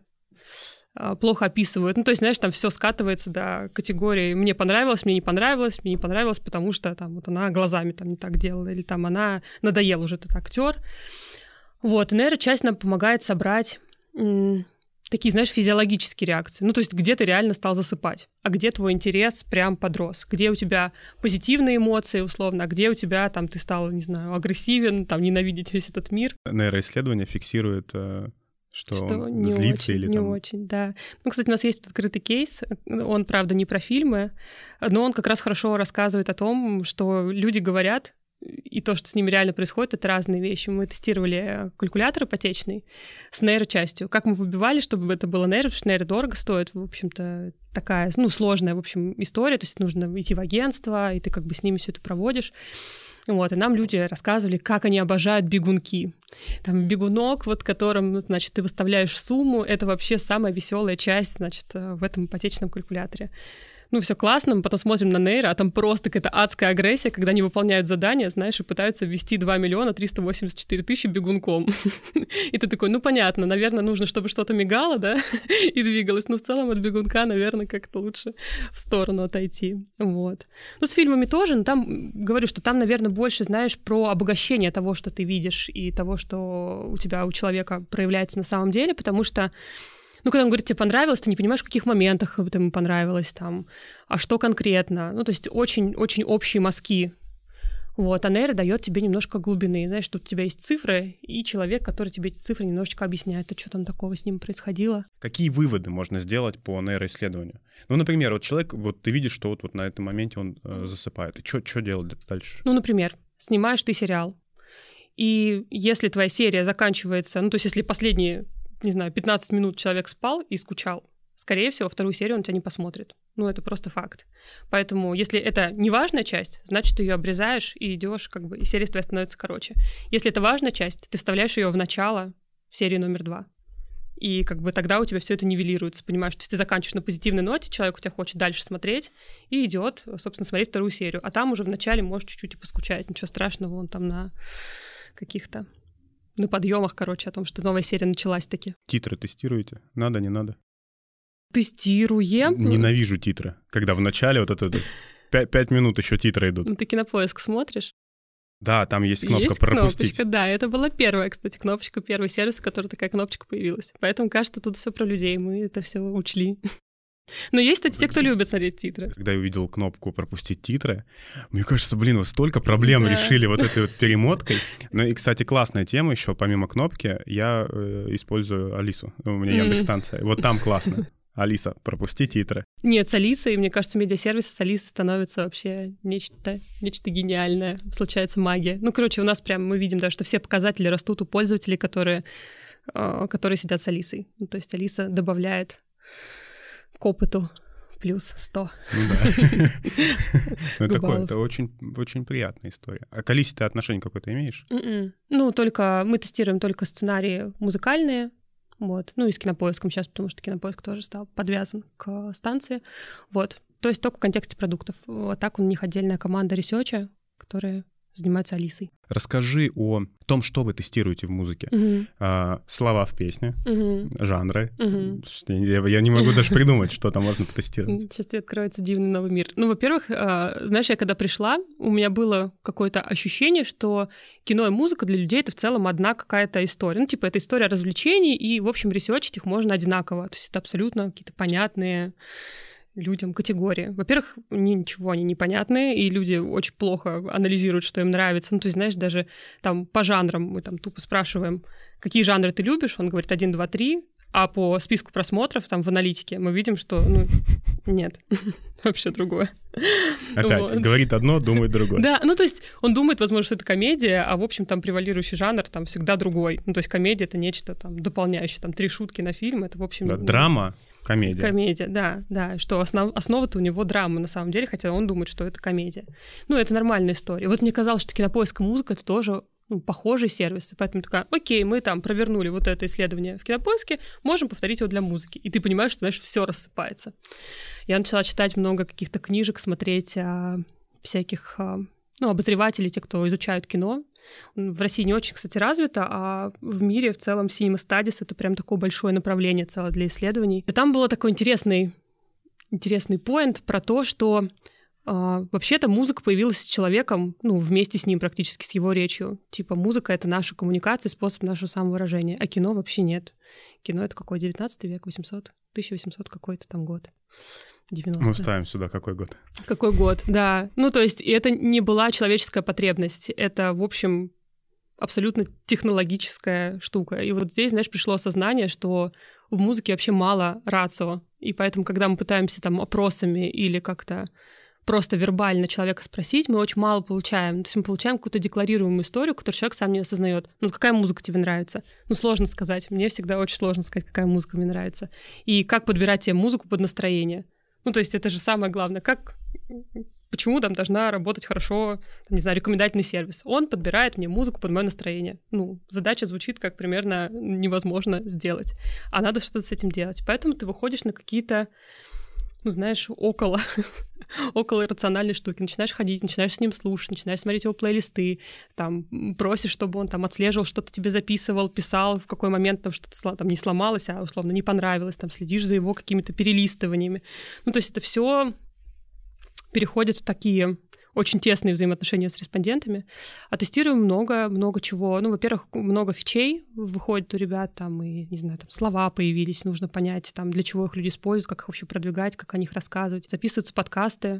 Speaker 1: плохо описывают. Ну, то есть, знаешь, там все скатывается до категории «мне понравилось», «мне не понравилось», «мне не понравилось, потому что там вот она глазами там не так делала», или там она надоел уже этот актер. Вот, и нейрочасть нам помогает собрать м- такие, знаешь, физиологические реакции. Ну, то есть где ты реально стал засыпать, а где твой интерес прям подрос, где у тебя позитивные эмоции, условно, а где у тебя там ты стал, не знаю, агрессивен, там ненавидеть весь этот мир.
Speaker 2: Нейроисследование фиксирует... Что,
Speaker 1: что
Speaker 2: он
Speaker 1: не
Speaker 2: злится
Speaker 1: очень,
Speaker 2: или
Speaker 1: не
Speaker 2: там...
Speaker 1: очень, да. Ну, кстати, у нас есть открытый кейс, он, правда, не про фильмы, но он как раз хорошо рассказывает о том, что люди говорят, и то, что с ними реально происходит, это разные вещи. Мы тестировали калькулятор ипотечный с нейрочастью. Как мы выбивали, чтобы это было нейро, потому что нейро дорого стоит, в общем-то, такая, ну, сложная, в общем, история, то есть нужно идти в агентство, и ты как бы с ними все это проводишь. Вот, и нам люди рассказывали, как они обожают бегунки. Там бегунок, вот которым, значит, ты выставляешь сумму, это вообще самая веселая часть, значит, в этом ипотечном калькуляторе. Ну, все классно, мы потом смотрим на нейро, а там просто какая-то адская агрессия, когда они выполняют задания, знаешь, и пытаются ввести два миллиона триста восемьдесят четыре тысячи бегунком. И ты такой, ну, понятно, наверное, нужно, чтобы что-то мигало, да, и двигалось, но в целом от бегунка, наверное, как-то лучше в сторону отойти, вот. Ну, с фильмами тоже, но там, говорю, что там, наверное, больше, знаешь, про обогащение того, что ты видишь, и того, что у тебя, у человека проявляется на самом деле, потому что ну, когда он говорит, тебе понравилось, ты не понимаешь, в каких моментах это ему понравилось, там, а что конкретно. Ну, то есть очень-очень общие мазки. Вот, а нейро дает тебе немножко глубины. Знаешь, тут у тебя есть цифры, и человек, который тебе эти цифры немножечко объясняет, а что там такого с ним происходило.
Speaker 2: Какие выводы можно сделать по нейроисследованию? Ну, например, вот человек, вот ты видишь, что вот, вот на этом моменте он э, засыпает. И что делать дальше?
Speaker 1: Ну, например, снимаешь ты сериал, и если твоя серия заканчивается, ну, то есть если последние... не знаю, пятнадцать минут человек спал и скучал, скорее всего, вторую серию он тебя не посмотрит. Ну, это просто факт. Поэтому, если это не важная часть, значит, ты ее обрезаешь и идешь, как бы, и серия твоя становится короче. Если это важная часть, ты вставляешь ее в начало серии номер два. И как бы тогда у тебя все это нивелируется, понимаешь? То есть ты заканчиваешь на позитивной ноте, человек у тебя хочет дальше смотреть и идет, собственно, смотреть вторую серию. А там уже в начале может чуть-чуть и поскучать, ничего страшного, он там на каких-то... на подъемах, короче, о том, что новая серия началась таки.
Speaker 2: Титры тестируете? Надо, не надо?
Speaker 1: Тестируем.
Speaker 2: Ненавижу титры. Когда в начале вот это пять, пять минут еще титры идут.
Speaker 1: Ну, ты Кинопоиск смотришь?
Speaker 2: Да, там есть кнопка
Speaker 1: есть
Speaker 2: «Пропустить».
Speaker 1: Кнопочка, да, это была первая, кстати, кнопочка, первый сервис, в которой такая кнопочка появилась. Поэтому, кажется, тут все про людей, мы это все учли. Но есть, кстати, те, кто любит смотреть титры.
Speaker 2: Когда я увидел кнопку «Пропустить титры», мне кажется, блин, вот столько проблем да. решили вот этой вот перемоткой. Ну и, кстати, классная тема еще, помимо кнопки, я э, использую Алису. У меня Яндекс.Станция. Вот там классно. Алиса, пропусти титры.
Speaker 1: Нет, с Алисой, мне кажется, медиасервисы с Алисой становятся вообще нечто, нечто гениальное. Случается магия. Ну, короче, у нас прям мы видим, да, что все показатели растут у пользователей, которые, которые сидят с Алисой. Ну, то есть Алиса добавляет к опыту плюс сто.
Speaker 2: Ну да. Ну такое, это очень очень приятная история. А к Алисе ты отношение какое-то имеешь?
Speaker 1: Ну, только мы тестируем только сценарии музыкальные. Вот. Ну и с Кинопоиском сейчас, потому что Кинопоиск тоже стал подвязан к станции. Вот. То есть только в контексте продуктов. Вот так у них отдельная команда ресерча, которая занимается Алисой.
Speaker 2: Расскажи о том, что вы тестируете в музыке.
Speaker 1: Uh-huh.
Speaker 2: А, слова в песне, uh-huh. жанры.
Speaker 1: Uh-huh.
Speaker 2: Я, я не могу даже придумать, что там можно потестировать.
Speaker 1: Сейчас тебе откроется дивный новый мир. Ну, во-первых, знаешь, я когда пришла, у меня было какое-то ощущение, что кино и музыка для людей — это в целом одна какая-то история. Ну, типа, это история развлечений, и, в общем, ресерчить их можно одинаково. То есть это абсолютно какие-то понятные людям категории. Во-первых, ничего они непонятные, и люди очень плохо анализируют, что им нравится. Ну, то есть, знаешь, даже там по жанрам мы там тупо спрашиваем, какие жанры ты любишь, он говорит один, два, три, а по списку просмотров там в аналитике мы видим, что, ну, нет, вообще другое.
Speaker 2: Опять, вот. Говорит одно, думает другое.
Speaker 1: Да, ну, то есть он думает, возможно, что это комедия, а, в общем, там превалирующий жанр там всегда другой. Ну, то есть комедия — это нечто там дополняющее, там три шутки на фильм, это, в общем...
Speaker 2: Да, драма. Комедия.
Speaker 1: Комедия, да, да, что основ, основа-то у него драма на самом деле, хотя он думает, что это комедия. Ну, это нормальная история. Вот мне казалось, что Кинопоиск и музыка — это тоже, ну, похожие сервисы, поэтому такая, окей, мы там провернули вот это исследование в Кинопоиске, можем повторить его для музыки. И ты понимаешь, что, знаешь, все рассыпается. Я начала читать много каких-то книжек, смотреть а, всяких, а, ну, обозревателей, те, кто изучают кино. В России не очень, кстати, развито, а в мире в целом Cinema Studies — это прям такое большое направление целое для исследований. И там был такой интересный, интересный поинт про то, что э, вообще-то музыка появилась с человеком, ну, вместе с ним практически, с его речью. Типа музыка — это наша коммуникация, способ нашего самовыражения, а кино вообще нет. Кино — это какой, девятнадцатый век, восемьсот, тысяча восемьсот какой-то там год. девяностые.
Speaker 2: Мы вставим сюда какой год.
Speaker 1: Какой год, да. Ну, то есть это не была человеческая потребность. Это, в общем, абсолютно технологическая штука. И вот здесь, знаешь, пришло осознание, что в музыке вообще мало рацио. И поэтому, когда мы пытаемся там опросами или как-то просто вербально человека спросить, мы очень мало получаем. То есть мы получаем какую-то декларируемую историю, которую человек сам не осознает. Ну, какая музыка тебе нравится? Ну, сложно сказать. Мне всегда очень сложно сказать, какая музыка мне нравится. И как подбирать тебе музыку под настроение. Ну, то есть это же самое главное. Как, почему там должна работать хорошо, там, не знаю, рекомендательный сервис? Он подбирает мне музыку под мое настроение. Ну, задача звучит как примерно невозможно сделать. А надо что-то с этим делать. Поэтому ты выходишь на какие-то, ну, знаешь, около, около рациональной штуки. Начинаешь ходить, начинаешь с ним слушать, начинаешь смотреть его плейлисты, там, просишь, чтобы он там отслеживал, что-то тебе записывал, писал, в какой момент там что-то там не сломалось, а условно не понравилось, там, следишь за его какими-то перелистываниями. Ну, то есть это все переходит в такие очень тесные взаимоотношения с респондентами. А тестируем много, много чего. Ну, во-первых, много фичей выходит у ребят, там, и, не знаю, там, слова появились, нужно понять, там, для чего их люди используют, как их вообще продвигать, как о них рассказывать. Записываются подкасты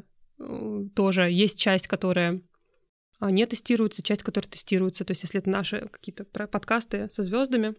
Speaker 1: тоже. Есть часть, которая не тестируется, часть, которая тестируется. То есть если это наши какие-то подкасты со звездами,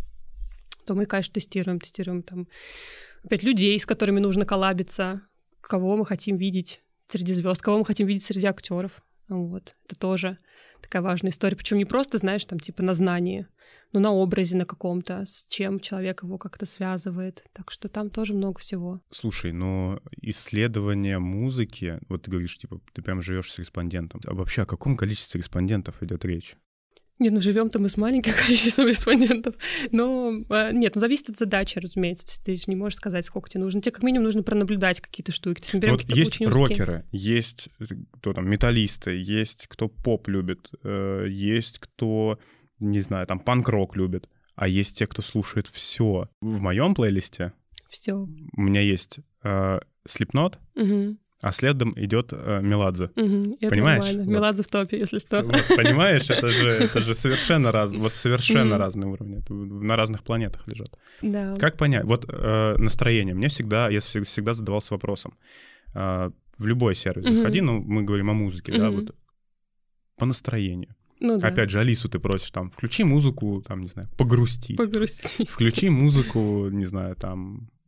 Speaker 1: то мы, конечно, тестируем, тестируем там опять людей, с которыми нужно коллабиться, кого мы хотим видеть среди звезд, кого мы хотим видеть среди актеров. Вот. Это тоже такая важная история. Причем не просто, знаешь, там типа на знании, но на образе на каком-то, с чем человек его как-то связывает. Так что там тоже много всего.
Speaker 2: Слушай, но исследование музыки, вот ты говоришь, типа, ты прям живешь с респондентом. А вообще о каком количестве респондентов идет речь?
Speaker 1: Нет, ну живем-то мы с маленьким количеством респондентов. Но нет, ну зависит от задачи, разумеется. То есть ты же не можешь сказать, сколько тебе нужно. Тебе как минимум нужно пронаблюдать какие-то штуки. То есть мы берем
Speaker 2: вот есть рокеры, есть кто там, металлисты, есть кто поп любит, есть кто, не знаю, там панк-рок любит, а есть те, кто слушает все. В моем плейлисте
Speaker 1: все.
Speaker 2: У меня есть э, Slipknot, угу. А следом идет э, Меладзе.
Speaker 1: Угу,
Speaker 2: понимаешь?
Speaker 1: Вот. Меладзе в топе, если что.
Speaker 2: Вот, понимаешь, это же, это же совершенно разные, вот совершенно разные уровни. Это на разных планетах лежат.
Speaker 1: Да.
Speaker 2: Как понять? Вот э, настроение. Мне всегда, я всегда, всегда задавался вопросом. Э, в любой сервис угу. заходи, ну, мы говорим о музыке, угу. да, вот по настроению.
Speaker 1: Ну, да.
Speaker 2: Опять же, Алису ты просишь, там, включи музыку, там, не знаю, погрустить.
Speaker 1: Погрустить.
Speaker 2: Включи музыку, не знаю, там...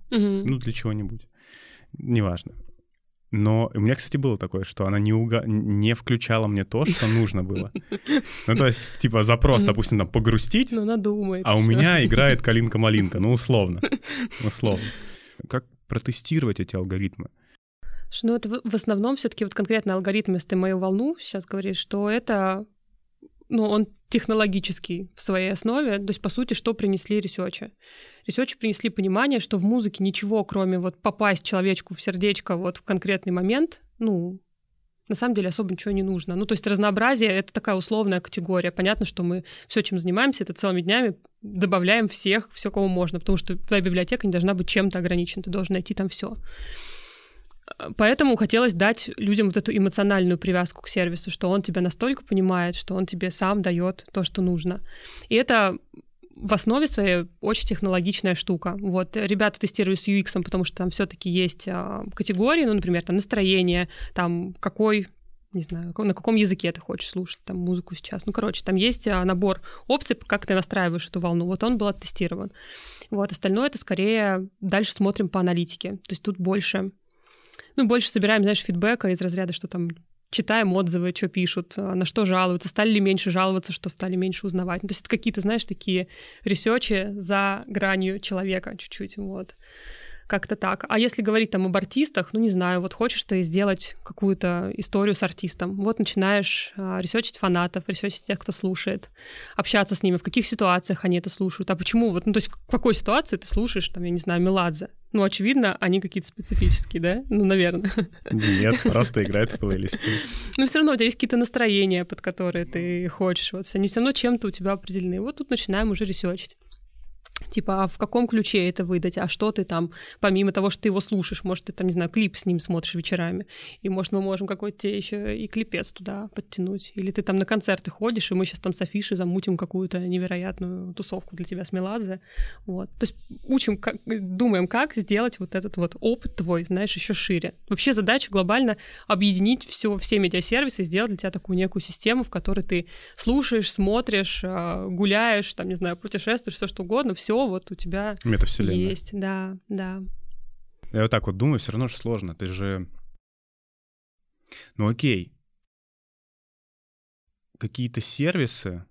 Speaker 1: Угу.
Speaker 2: Ну, для чего-нибудь. Неважно. Но у меня, кстати, было такое, что она не, уга... не включала мне то, что нужно было. Ну, то есть, типа, запрос, допустим, там, погрустить,
Speaker 1: ну, она думает,
Speaker 2: а у
Speaker 1: всё.
Speaker 2: меня играет калинка-малинка, ну, условно. Условно. Как протестировать эти алгоритмы?
Speaker 1: Ну, это в основном все-таки вот конкретно алгоритм, если ты мою волну сейчас говоришь, что это, ну, он технологический в своей основе, то есть, по сути, что принесли ресерчи? Ресерчи принесли понимание, что в музыке ничего, кроме вот попасть человечку в сердечко вот в конкретный момент, ну, на самом деле особо ничего не нужно. Ну, то есть разнообразие — это такая условная категория. Понятно, что мы все, чем занимаемся, это целыми днями добавляем всех, все, кого можно, потому что твоя библиотека не должна быть чем-то ограничена, ты должен найти там все. Поэтому хотелось дать людям вот эту эмоциональную привязку к сервису, что он тебя настолько понимает, что он тебе сам дает то, что нужно. И это в основе своей очень технологичная штука. Вот ребята тестировали с ю экс, потому что там все-таки есть а, категории, ну, например, там настроение, там какой, не знаю, на каком языке ты хочешь слушать там музыку сейчас. Ну, короче, там есть а, набор опций, как ты настраиваешь эту волну. Вот он был оттестирован. Вот остальное это скорее дальше смотрим по аналитике. То есть тут больше, ну, больше собираем, знаешь, фидбэка из разряда, что там читаем отзывы, что пишут, на что жалуются, стали ли меньше жаловаться, что стали меньше узнавать. Ну, то есть это какие-то, знаешь, такие ресерчи за гранью человека чуть-чуть, вот. Как-то так. А если говорить там об артистах, ну, не знаю, вот хочешь ты сделать какую-то историю с артистом, вот начинаешь а, ресерчить фанатов, ресерчить тех, кто слушает, общаться с ними, в каких ситуациях они это слушают, а почему, вот, ну, то есть в какой ситуации ты слушаешь, там, я не знаю, Меладзе. Ну, очевидно, они какие-то специфические, да? Ну, наверное.
Speaker 2: Нет, просто играет в плейлисте.
Speaker 1: Но все равно у тебя есть какие-то настроения, под которые ты хочешь. Вот они все равно чем-то у тебя определены. Вот тут начинаем уже ресерчить. Типа, а в каком ключе это выдать, а что ты там, помимо того, что ты его слушаешь, может, ты там, не знаю, клип с ним смотришь вечерами, и, может, мы можем какой-то еще и клипец туда подтянуть, или ты там на концерты ходишь, и мы сейчас там с афишей замутим какую-то невероятную тусовку для тебя с Меладзе, вот. То есть учим, как, думаем, как сделать вот этот вот опыт твой, знаешь, еще шире. Вообще задача глобально объединить все, все медиасервисы и сделать для тебя такую некую систему, в которой ты слушаешь, смотришь, гуляешь, там, не знаю, путешествуешь, все что угодно, все вот у тебя есть, да, да.
Speaker 2: Я вот так вот думаю, все равно же сложно. Ты же... Ну окей. Какие-то сервисы,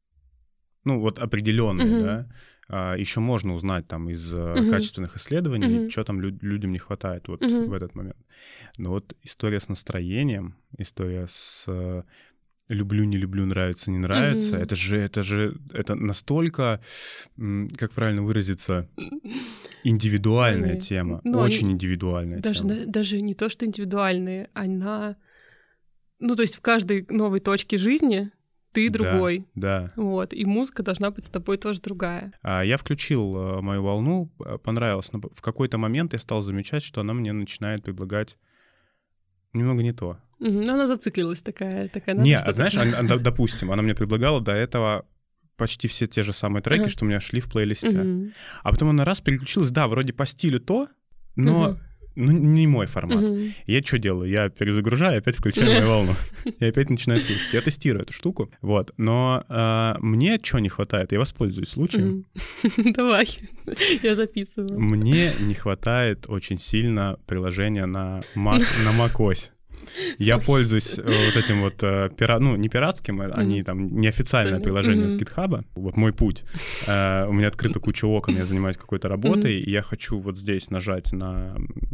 Speaker 2: ну вот определенные, uh-huh. да, а, еще можно узнать там из uh-huh. качественных исследований, uh-huh. что там лю- людям не хватает вот uh-huh. в этот момент. Но вот история с настроением, история с... люблю, не люблю, нравится, не нравится. Mm-hmm. Это же, это же, это настолько, как правильно выразиться, индивидуальная mm-hmm. тема, ну, очень они... индивидуальная
Speaker 1: даже,
Speaker 2: тема.
Speaker 1: Даже не то, что индивидуальные, она, ну, то есть в каждой новой точке жизни ты другой.
Speaker 2: Да, да.
Speaker 1: Вот, и музыка должна быть с тобой тоже другая.
Speaker 2: А я включил мою волну, понравилось, но в какой-то момент я стал замечать, что она мне начинает предлагать немного не то.
Speaker 1: Ну, она зациклилась такая. такая
Speaker 2: не, а знаешь, она, допустим, она мне предлагала до этого почти все те же самые треки, uh-huh. что у меня шли в плейлисте. Uh-huh. А потом она раз переключилась, да, вроде по стилю то, но uh-huh. ну, не мой формат. Uh-huh. Я что делаю? Я перезагружаю, опять включаю мою волну. И опять начинаю слушать. Я тестирую эту штуку. Вот. Но э, мне чего не хватает? Я воспользуюсь случаем.
Speaker 1: Uh-huh. Давай, я записываю.
Speaker 2: Мне не хватает очень сильно приложения на Mac, на macOS. Я пользуюсь вот этим вот, пира... ну, не пиратским, mm-hmm. они там неофициальное приложение mm-hmm. с GitHub. Вот мой путь. Uh, у меня открыта куча окон, я занимаюсь какой-то работой, mm-hmm. и я хочу вот здесь нажать на...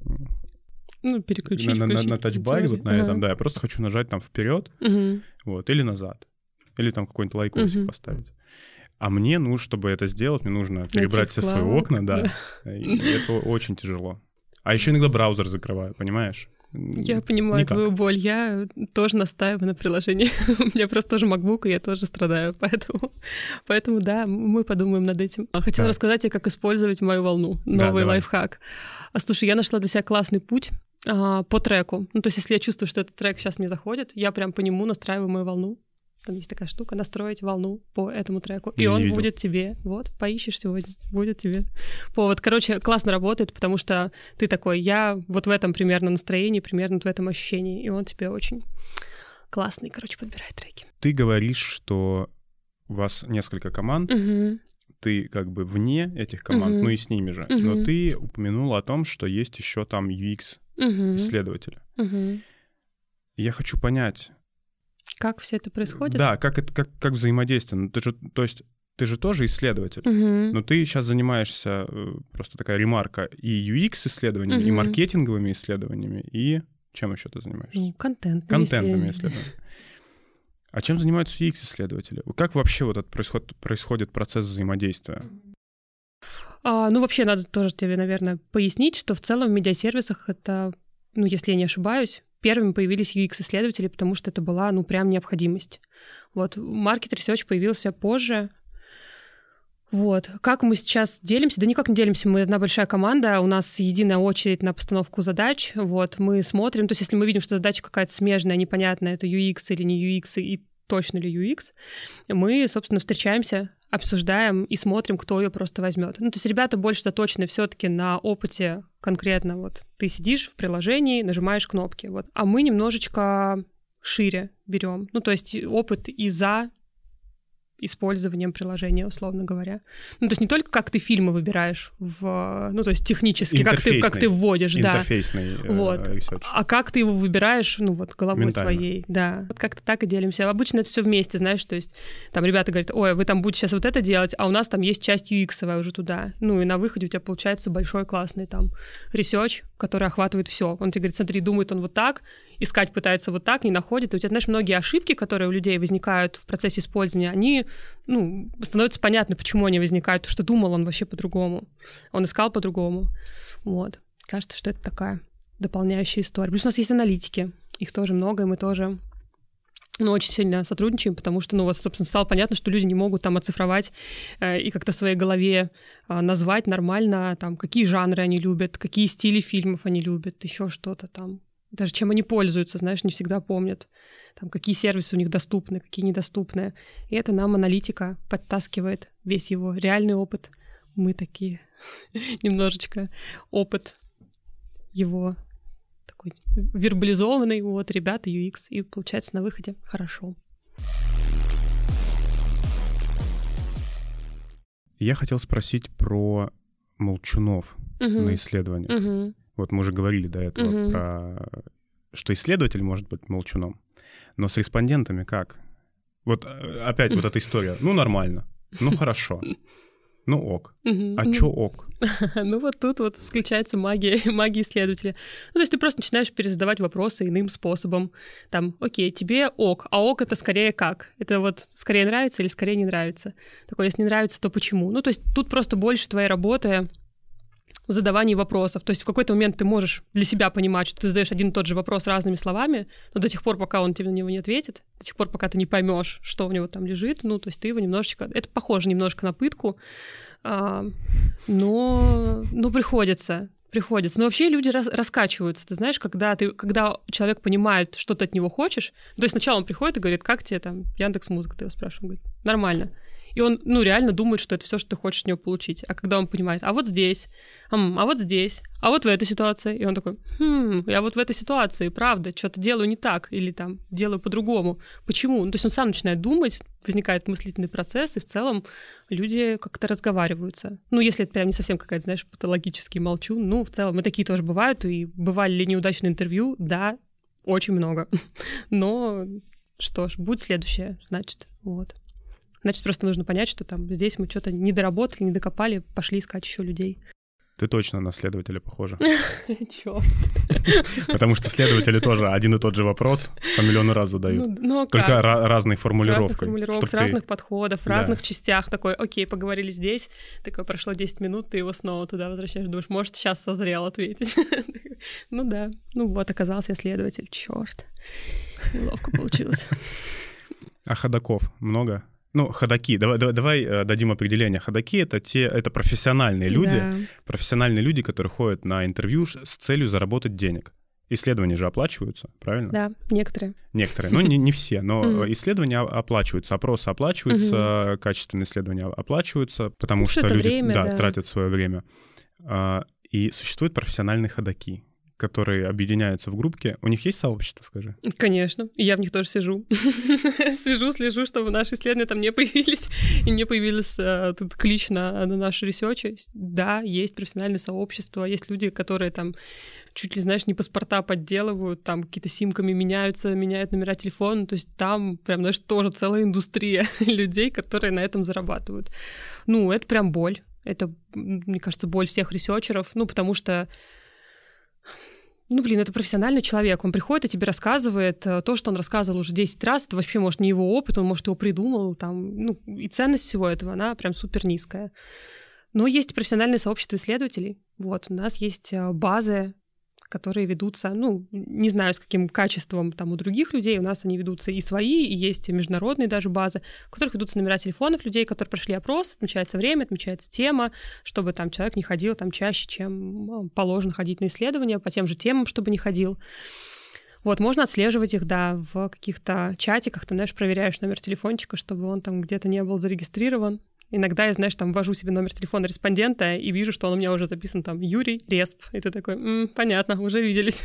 Speaker 1: Ну, переключить,
Speaker 2: на, на, на тачбаре, вот на uh-huh. этом, да, я просто хочу нажать там вперед, uh-huh. вот, или назад, или там какой-нибудь лайкосик uh-huh. поставить. А мне, ну, чтобы это сделать, мне нужно перебрать все свои окна, да, и это очень тяжело. А еще иногда браузер закрываю, понимаешь?
Speaker 1: Я понимаю Никак. твою боль. Я тоже настаиваю на приложении. У меня просто тоже MacBook, и я тоже страдаю. Поэтому, поэтому да, мы подумаем над этим. Хотела да. рассказать тебе, как использовать мою волну. Новый да, лайфхак. А, слушай, я нашла для себя классный путь а, по треку. Ну, то есть если я чувствую, что этот трек сейчас мне заходит, я прям по нему настраиваю мою волну. Там есть такая штука, настроить волну по этому треку. И я он будет тебе, вот, поищешь сегодня, будет тебе повод. Короче, классно работает, потому что ты такой, я вот в этом примерно настроении, примерно в этом ощущении, и он тебе очень классный, короче, подбирает треки.
Speaker 2: Ты говоришь, что у вас несколько команд,
Speaker 1: угу.
Speaker 2: ты как бы вне этих команд, mm-hmm. ну и с ними же, mm-hmm. но ты упомянула о том, что есть еще там ю экс-исследователи.
Speaker 1: Mm-hmm.
Speaker 2: Я хочу понять...
Speaker 1: Как все это происходит?
Speaker 2: Да, как, это, как, как взаимодействие. Ну, ты же, то есть ты же тоже исследователь,
Speaker 1: mm-hmm.
Speaker 2: но ты сейчас занимаешься, просто такая ремарка, и ю экс-исследованиями, mm-hmm. и маркетинговыми исследованиями, и чем еще ты занимаешься?
Speaker 1: Ну, контентными
Speaker 2: Контентными исследованиями. А чем занимаются ю экс-исследователи? Как вообще вот этот происходит, происходит процесс взаимодействия?
Speaker 1: А, ну, вообще, надо тоже тебе, наверное, пояснить, что в целом в медиасервисах это, ну, если я не ошибаюсь, первыми появились ю экс-исследователи, потому что это была, ну, прям необходимость. Вот, Market Research появился позже. Вот. Как мы сейчас делимся? Да никак не делимся, мы одна большая команда, у нас единая очередь на постановку задач, вот, мы смотрим, то есть если мы видим, что задача какая-то смежная, непонятная, это ю экс или не ю экс, и точно ли ю экс, мы, собственно, встречаемся, обсуждаем и смотрим, кто ее просто возьмет. Ну, то есть ребята больше заточены все-таки на опыте конкретно, вот, ты сидишь в приложении, нажимаешь кнопки, вот, а мы немножечко шире берем, ну, то есть опыт и за использованием приложения, условно говоря. Ну, то есть не только как ты фильмы выбираешь, в, ну, то есть технически, как ты, как ты вводишь, да.
Speaker 2: Интерфейсный
Speaker 1: вот.
Speaker 2: Research.
Speaker 1: А как ты его выбираешь, ну, вот, головой
Speaker 2: Ментально.
Speaker 1: своей, да. Вот как-то так и делимся. Обычно это все вместе, знаешь, то есть там ребята говорят, ой, вы там будете сейчас вот это делать, а у нас там есть часть ю экс-овая уже туда. Ну, и на выходе у тебя получается большой классный там research, который охватывает все. Он тебе говорит, смотри, думает он вот так, искать пытается вот так, не находит. И у тебя, знаешь, многие ошибки, которые у людей возникают в процессе использования, они, ну, становится понятно, почему они возникают, потому что думал он вообще по-другому. Он искал по-другому. Вот. Кажется, что это такая дополняющая история. Плюс у нас есть аналитики. Их тоже много, и мы тоже, ну, очень сильно сотрудничаем, потому что, ну, вот, собственно, стало понятно, что люди не могут там оцифровать э, и как-то в своей голове э, назвать нормально, там, какие жанры они любят, какие стили фильмов они любят, еще что-то там. Даже чем они пользуются, знаешь, не всегда помнят. Там, какие сервисы у них доступны, какие недоступны. И это нам аналитика подтаскивает весь его реальный опыт. Мы такие немножечко опыт его такой вербализованный, вот, ребята, ю экс, и получается на выходе хорошо.
Speaker 2: Я хотел спросить про молчунов uh-huh. на исследования.
Speaker 1: Uh-huh.
Speaker 2: Вот мы уже говорили до этого uh-huh. про... что исследователь может быть молчуном. Но с респондентами как? Вот опять вот эта история. Ну, нормально. Ну, хорошо. Ну, ок.
Speaker 1: Uh-huh.
Speaker 2: А чё ок?
Speaker 1: Ну, вот тут вот включается магия, магия исследователя. Ну, то есть ты просто начинаешь перезадавать вопросы иным способом. Там, окей, тебе ок. А ок — это скорее как? Это вот скорее нравится или скорее не нравится? Такое, если не нравится, то почему? Ну, то есть тут просто больше твоей работы в задавании вопросов. То есть в какой-то момент ты можешь для себя понимать, что ты задаешь один и тот же вопрос разными словами, но до тех пор, пока он тебе на него не ответит, до тех пор, пока ты не поймешь, что у него там лежит, ну, то есть ты его немножечко... Это похоже немножко на пытку, а, но, но приходится, приходится. Но вообще люди рас, раскачиваются, ты знаешь, когда, ты, когда человек понимает, что ты от него хочешь, то есть сначала он приходит и говорит, как тебе там Яндекс.Музыка, ты его спрашиваешь, он говорит, нормально. И он, ну, реально думает, что это все, что ты хочешь от него получить. А когда он понимает, а вот здесь, а, а вот здесь, а вот в этой ситуации, и он такой, хм, я вот в этой ситуации, правда, что-то делаю не так, или там делаю по-другому. Почему? Ну, то есть он сам начинает думать, возникает мыслительный процесс, и в целом люди как-то разговариваются. Ну, если это прям не совсем какая-то, знаешь, патологический молчун, ну, в целом, и такие тоже бывают, и бывали ли неудачные интервью, да, очень много. Но что ж, будет следующее, значит, вот. Значит, просто нужно понять, что там здесь мы что-то не доработали, не докопали, пошли искать еще людей.
Speaker 2: Ты точно на следователя похожа.
Speaker 1: Чёрт.
Speaker 2: Потому что следователи тоже один и тот же вопрос по миллиону раз задают. Ну, ну, Только как? разной формулировкой.
Speaker 1: Разных формулировок, с ты... разных подходов, в да. разных частях. Такой, окей, поговорили здесь, такое прошло десять минут, ты его снова туда возвращаешь, думаешь, может, сейчас созрел ответить. Ну да, ну вот, оказался я следователь, чёрт. Неловко получилось.
Speaker 2: А ходаков много? Ну, ходаки, давай, давай, давай дадим определение. Ходаки — это те, это профессиональные люди, да. профессиональные люди, которые ходят на интервью с целью заработать денег. Исследования же оплачиваются, правильно?
Speaker 1: Да, некоторые.
Speaker 2: Некоторые, ну не, не все, но исследования оплачиваются, опросы оплачиваются, качественные исследования оплачиваются, потому что люди да, тратят свое время. И существуют профессиональные ходаки. которые объединяются в группке, у них есть сообщество, скажи?
Speaker 1: Конечно, и я в них тоже сижу. Сижу, слежу, чтобы наши исследования там не появились, и не появился тут клич на, на наши ресерчи. Да, есть профессиональное сообщество, есть люди, которые там чуть ли, знаешь, не паспорта подделывают, там какие-то симками меняются, меняют номера телефона, то есть там прям, знаешь, тоже целая индустрия людей, которые на этом зарабатывают. Ну, это прям боль. Это, мне кажется, боль всех ресерчеров, ну, потому что ну, блин, это профессиональный человек, он приходит и тебе рассказывает то, что он рассказывал уже десять раз, это вообще, может, не его опыт, он, может, его придумал, там, ну, и ценность всего этого, она прям супер низкая. Но есть профессиональное сообщество исследователей, вот, у нас есть базы, которые ведутся, ну, не знаю, с каким качеством там у других людей, у нас они ведутся и свои, и есть международные даже базы, в которых ведутся номера телефонов людей, которые прошли опрос, отмечается время, отмечается тема, чтобы там человек не ходил там чаще, чем положено ходить на исследования, по тем же темам, чтобы не ходил. Вот, можно отслеживать их, да, в каких-то чатиках, ты, знаешь, проверяешь номер телефончика, чтобы он там где-то не был зарегистрирован. Иногда я, знаешь, там ввожу себе номер телефона респондента и вижу, что он у меня уже записан там Юрий Респ. И ты такой, М, понятно, уже виделись.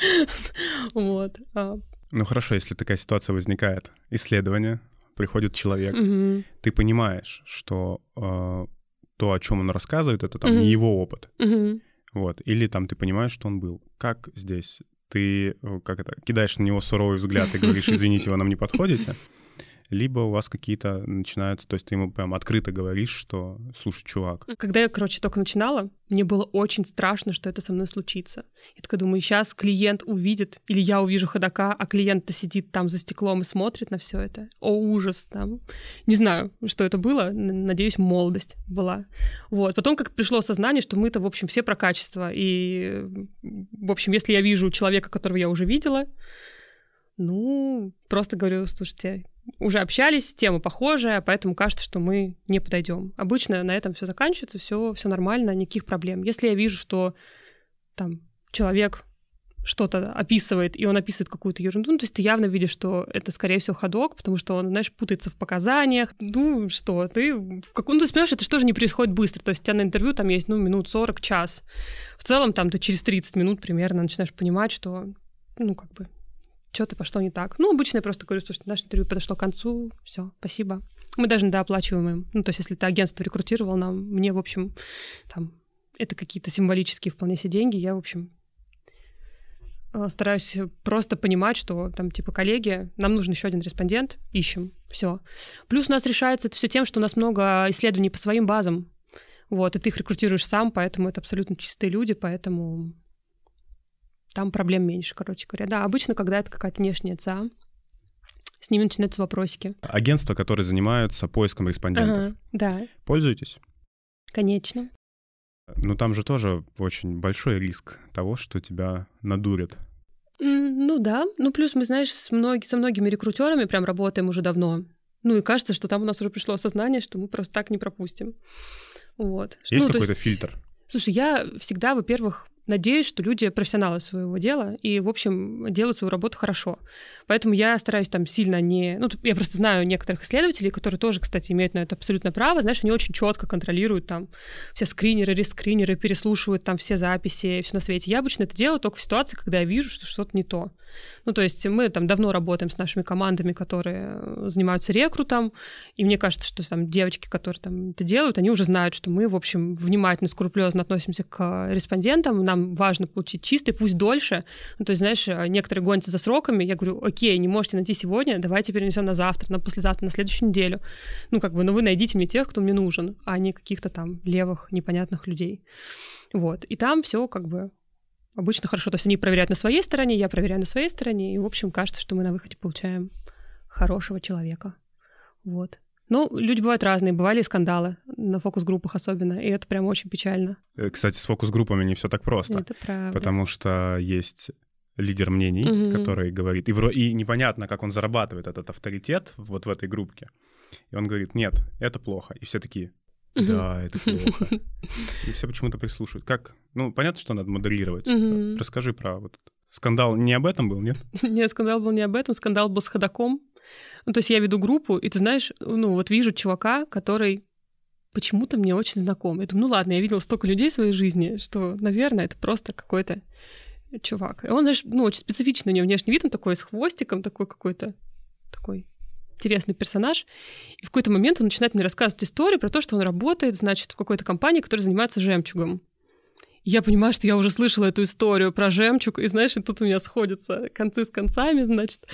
Speaker 1: Вот.
Speaker 2: Ну хорошо, если такая ситуация возникает, исследование, приходит человек, ты понимаешь, что то, о чем он рассказывает, это там не его опыт. Вот. Или там ты понимаешь, что он был. Как здесь? Ты как это, кидаешь на него суровый взгляд и говоришь, извините, вы нам не подходите? Либо у вас какие-то начинаются, то есть ты ему прям открыто говоришь, что, слушай, чувак.
Speaker 1: Когда я, короче, только начинала, мне было очень страшно, что это со мной случится. Я такая думаю, сейчас клиент увидит, или я увижу ходока, а клиент-то сидит там за стеклом и смотрит на все это. О, ужас там. Не знаю, что это было, надеюсь, молодость была. Вот. Потом как-то пришло осознание, что мы-то, в общем, все про качество. И, в общем, если я вижу человека, которого я уже видела, ну, просто говорю, слушайте, уже общались, тема похожая, поэтому кажется, что мы не подойдем. Обычно на этом все заканчивается, все, все нормально, никаких проблем. Если я вижу, что там человек что-то описывает, и он описывает какую-то ерунду, ну, то есть ты явно видишь, что это, скорее всего, ходок, потому что он, знаешь, путается в показаниях. Ну, что, ты в каком... Ну, то есть, понимаешь, это же тоже не происходит быстро. То есть у тебя на интервью там есть, ну, минут сорок, час. В целом там ты через тридцать минут примерно начинаешь понимать, что, ну, как бы, что-то пошло не так. Ну, обычно я просто говорю, слушайте, наше интервью подошло к концу, все, спасибо. Мы даже недооплачиваем им. Ну, то есть если ты агентство рекрутировал нам, мне, в общем, там, это какие-то символические вполне себе деньги, я, в общем, стараюсь просто понимать, что там, типа, коллеги, нам нужен еще один респондент, ищем, все. Плюс у нас решается это все тем, что у нас много исследований по своим базам, вот, и ты их рекрутируешь сам, поэтому это абсолютно чистые люди, поэтому... Там проблем меньше, короче говоря. Да, обычно, когда это какая-то внешняя ЦА, с ними начинаются вопросики.
Speaker 2: Агентства, которые занимаются поиском респондентов.
Speaker 1: Ага, да.
Speaker 2: Пользуетесь?
Speaker 1: Конечно.
Speaker 2: Ну, там же тоже очень большой риск того, что тебя надурят.
Speaker 1: Mm, ну да. Ну, плюс мы, знаешь, с мног... со многими рекрутерами прям работаем уже давно. Ну, и кажется, что там у нас уже пришло осознание, что мы просто так не пропустим. Вот.
Speaker 2: Есть
Speaker 1: ну,
Speaker 2: какой-то
Speaker 1: есть...
Speaker 2: фильтр?
Speaker 1: Слушай, я всегда, во-первых, надеюсь, что люди профессионалы своего дела и, в общем, делают свою работу хорошо. Поэтому я стараюсь там сильно не... Ну, я просто знаю некоторых исследователей, которые тоже, кстати, имеют на это абсолютно право. Знаешь, они очень четко контролируют там все скринеры, рескринеры, переслушивают там все записи, все на свете. Я обычно это делаю только в ситуации, когда я вижу, что что-то не то. Ну, то есть мы там давно работаем с нашими командами, которые занимаются рекрутом, и мне кажется, что там девочки, которые там это делают, они уже знают, что мы, в общем, внимательно, скрупулезно относимся к респондентам, нам важно получить чистый, пусть дольше. Ну, то есть, знаешь, некоторые гонятся за сроками, я говорю, окей, не можете найти сегодня, давайте перенесем на завтра, на послезавтра, на следующую неделю. Ну, как бы, ну, вы найдите мне тех, кто мне нужен, а не каких-то там левых, непонятных людей. Вот. И там все как бы обычно хорошо. То есть они проверяют на своей стороне, я проверяю на своей стороне, и, в общем, кажется, что мы на выходе получаем хорошего человека. Вот. Ну, люди бывают разные, бывали и скандалы, на фокус-группах особенно, и это прям очень печально.
Speaker 2: Кстати, с фокус-группами не все так просто.
Speaker 1: Это правда.
Speaker 2: Потому что есть лидер мнений, угу. который говорит, и, вро- и непонятно, как он зарабатывает этот авторитет вот в этой группке. И он говорит, нет, это плохо. И все такие, да, это плохо. И все почему-то прислушивают. Как? Ну, понятно, что надо модерировать. Угу. Расскажи про вот скандал. Не об этом был, нет?
Speaker 1: Нет, скандал был не об этом. Скандал был с ходоком. Ну, то есть я веду группу, и ты знаешь, ну, вот вижу чувака, который почему-то мне очень знаком. Я думаю, ну ладно, я видела столько людей в своей жизни, что, наверное, это просто какой-то чувак. И он, знаешь, ну, очень специфичный у него внешний вид, он такой с хвостиком, такой какой-то, такой интересный персонаж. И в какой-то момент он начинает мне рассказывать историю про то, что он работает, значит, в какой-то компании, которая занимается жемчугом. И я понимаю, что я уже слышала эту историю про жемчуг, и, знаешь, и тут у меня сходятся концы с концами, значит.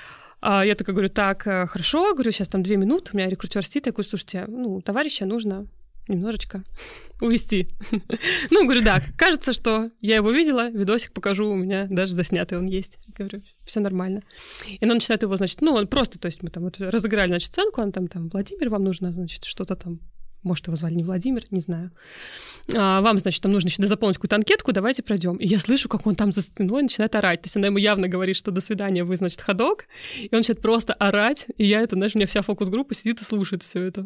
Speaker 1: А я такая говорю, так, хорошо, говорю, сейчас там две минуты, у меня рекрутер сидит, я говорю, слушайте, ну, товарища нужно немножечко увести. Ну, говорю, да, кажется, что я его видела, видосик покажу, у меня даже заснятый он есть. Говорю, все нормально. И она начинает его, значит, ну, он просто, то есть мы там вот разыграли, значит, сценку, он там, там, Владимир, вам нужно, значит, что-то там, может, его звали не Владимир, не знаю. А вам, значит, там нужно еще заполнить какую-то анкетку, давайте пройдем. И я слышу, как он там за стеной начинает орать. То есть она ему явно говорит, что до свидания, вы, значит, ходок. И он начинает просто орать. И я это, знаешь, у меня вся фокус-группа сидит и слушает все это.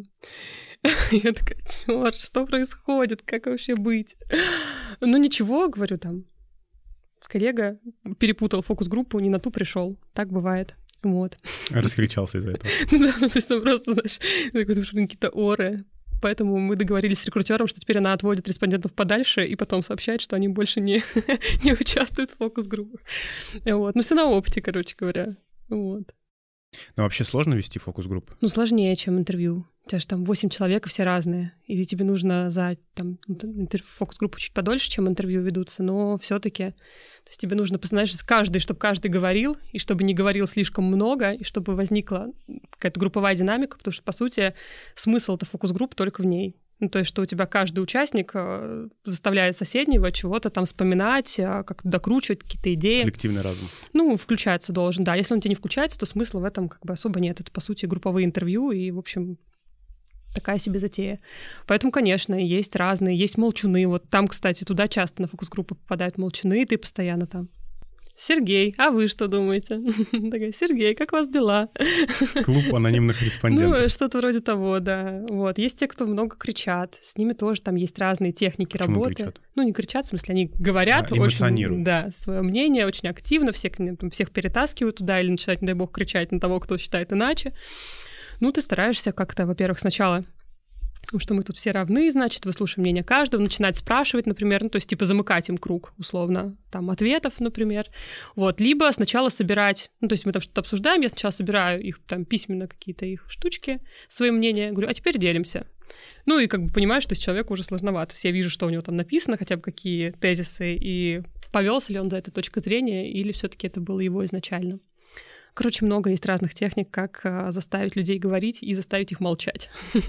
Speaker 1: Я такая, чёрт, что происходит, как вообще быть? Ну ничего, говорю, там, коллега перепутал фокус-группу, не на ту пришел. Так бывает. Вот.
Speaker 2: Раскричался из-за этого.
Speaker 1: Да, ну то есть там просто, знаешь, какие-то оры. Поэтому мы договорились с рекрутером, что теперь она отводит респондентов подальше и потом сообщает, что они больше не, не участвуют в фокус-группах. Вот. Ну, все на опыте, короче говоря. Вот.
Speaker 2: Но вообще сложно вести фокус-группу?
Speaker 1: Ну, сложнее, чем интервью. У тебя же там восемь человек, и все разные. И тебе нужно за там, фокус-группу чуть подольше, чем интервью ведутся, но все-таки то есть тебе нужно, знаешь, каждый, чтобы каждый говорил, и чтобы не говорил слишком много, и чтобы возникла какая-то групповая динамика, потому что, по сути, смысл-то фокус-групп только в ней. Ну, то есть, что у тебя каждый участник заставляет соседнего чего-то там вспоминать, как-то докручивать какие-то идеи.
Speaker 2: Коллективный разум.
Speaker 1: Ну, включаться должен, да. Если он тебе не включается, то смысла в этом как бы особо нет. Это, по сути, групповые интервью, и, в общем, такая себе затея. Поэтому, конечно, есть разные, есть молчуны. Вот там, кстати, туда часто на фокус-группы попадают молчуны, и ты постоянно там. Сергей, а вы что думаете? Такая, Сергей, как у вас дела?
Speaker 2: Клуб анонимных респондентов.
Speaker 1: Ну, что-то вроде того, да. Вот. Есть те, кто много кричат. С ними тоже там есть разные техники
Speaker 2: Почему
Speaker 1: работы.
Speaker 2: Кричат?
Speaker 1: Ну, не кричат, в смысле, они говорят
Speaker 2: а,
Speaker 1: очень, да, свое мнение очень активно, всех, всех перетаскивают туда или начинают, не дай бог, кричать на того, кто считает иначе. Ну, ты стараешься как-то, во-первых, сначала... Потому что мы тут все равны, значит, выслушаем мнение каждого, начинать спрашивать, например, ну, то есть, типа, замыкать им круг, условно, там, ответов, например, вот, либо сначала собирать, ну, то есть мы там что-то обсуждаем, я сначала собираю их, там, письменно какие-то их штучки, свои мнения, говорю, а теперь делимся. Ну, и как бы понимаю, что с человеком уже сложновато, я вижу, что у него там написано, хотя бы какие тезисы, и повелся ли он за этой точкой зрения, или все-таки это было его изначально. Короче, много есть разных техник, как а, заставить людей говорить и заставить их молчать.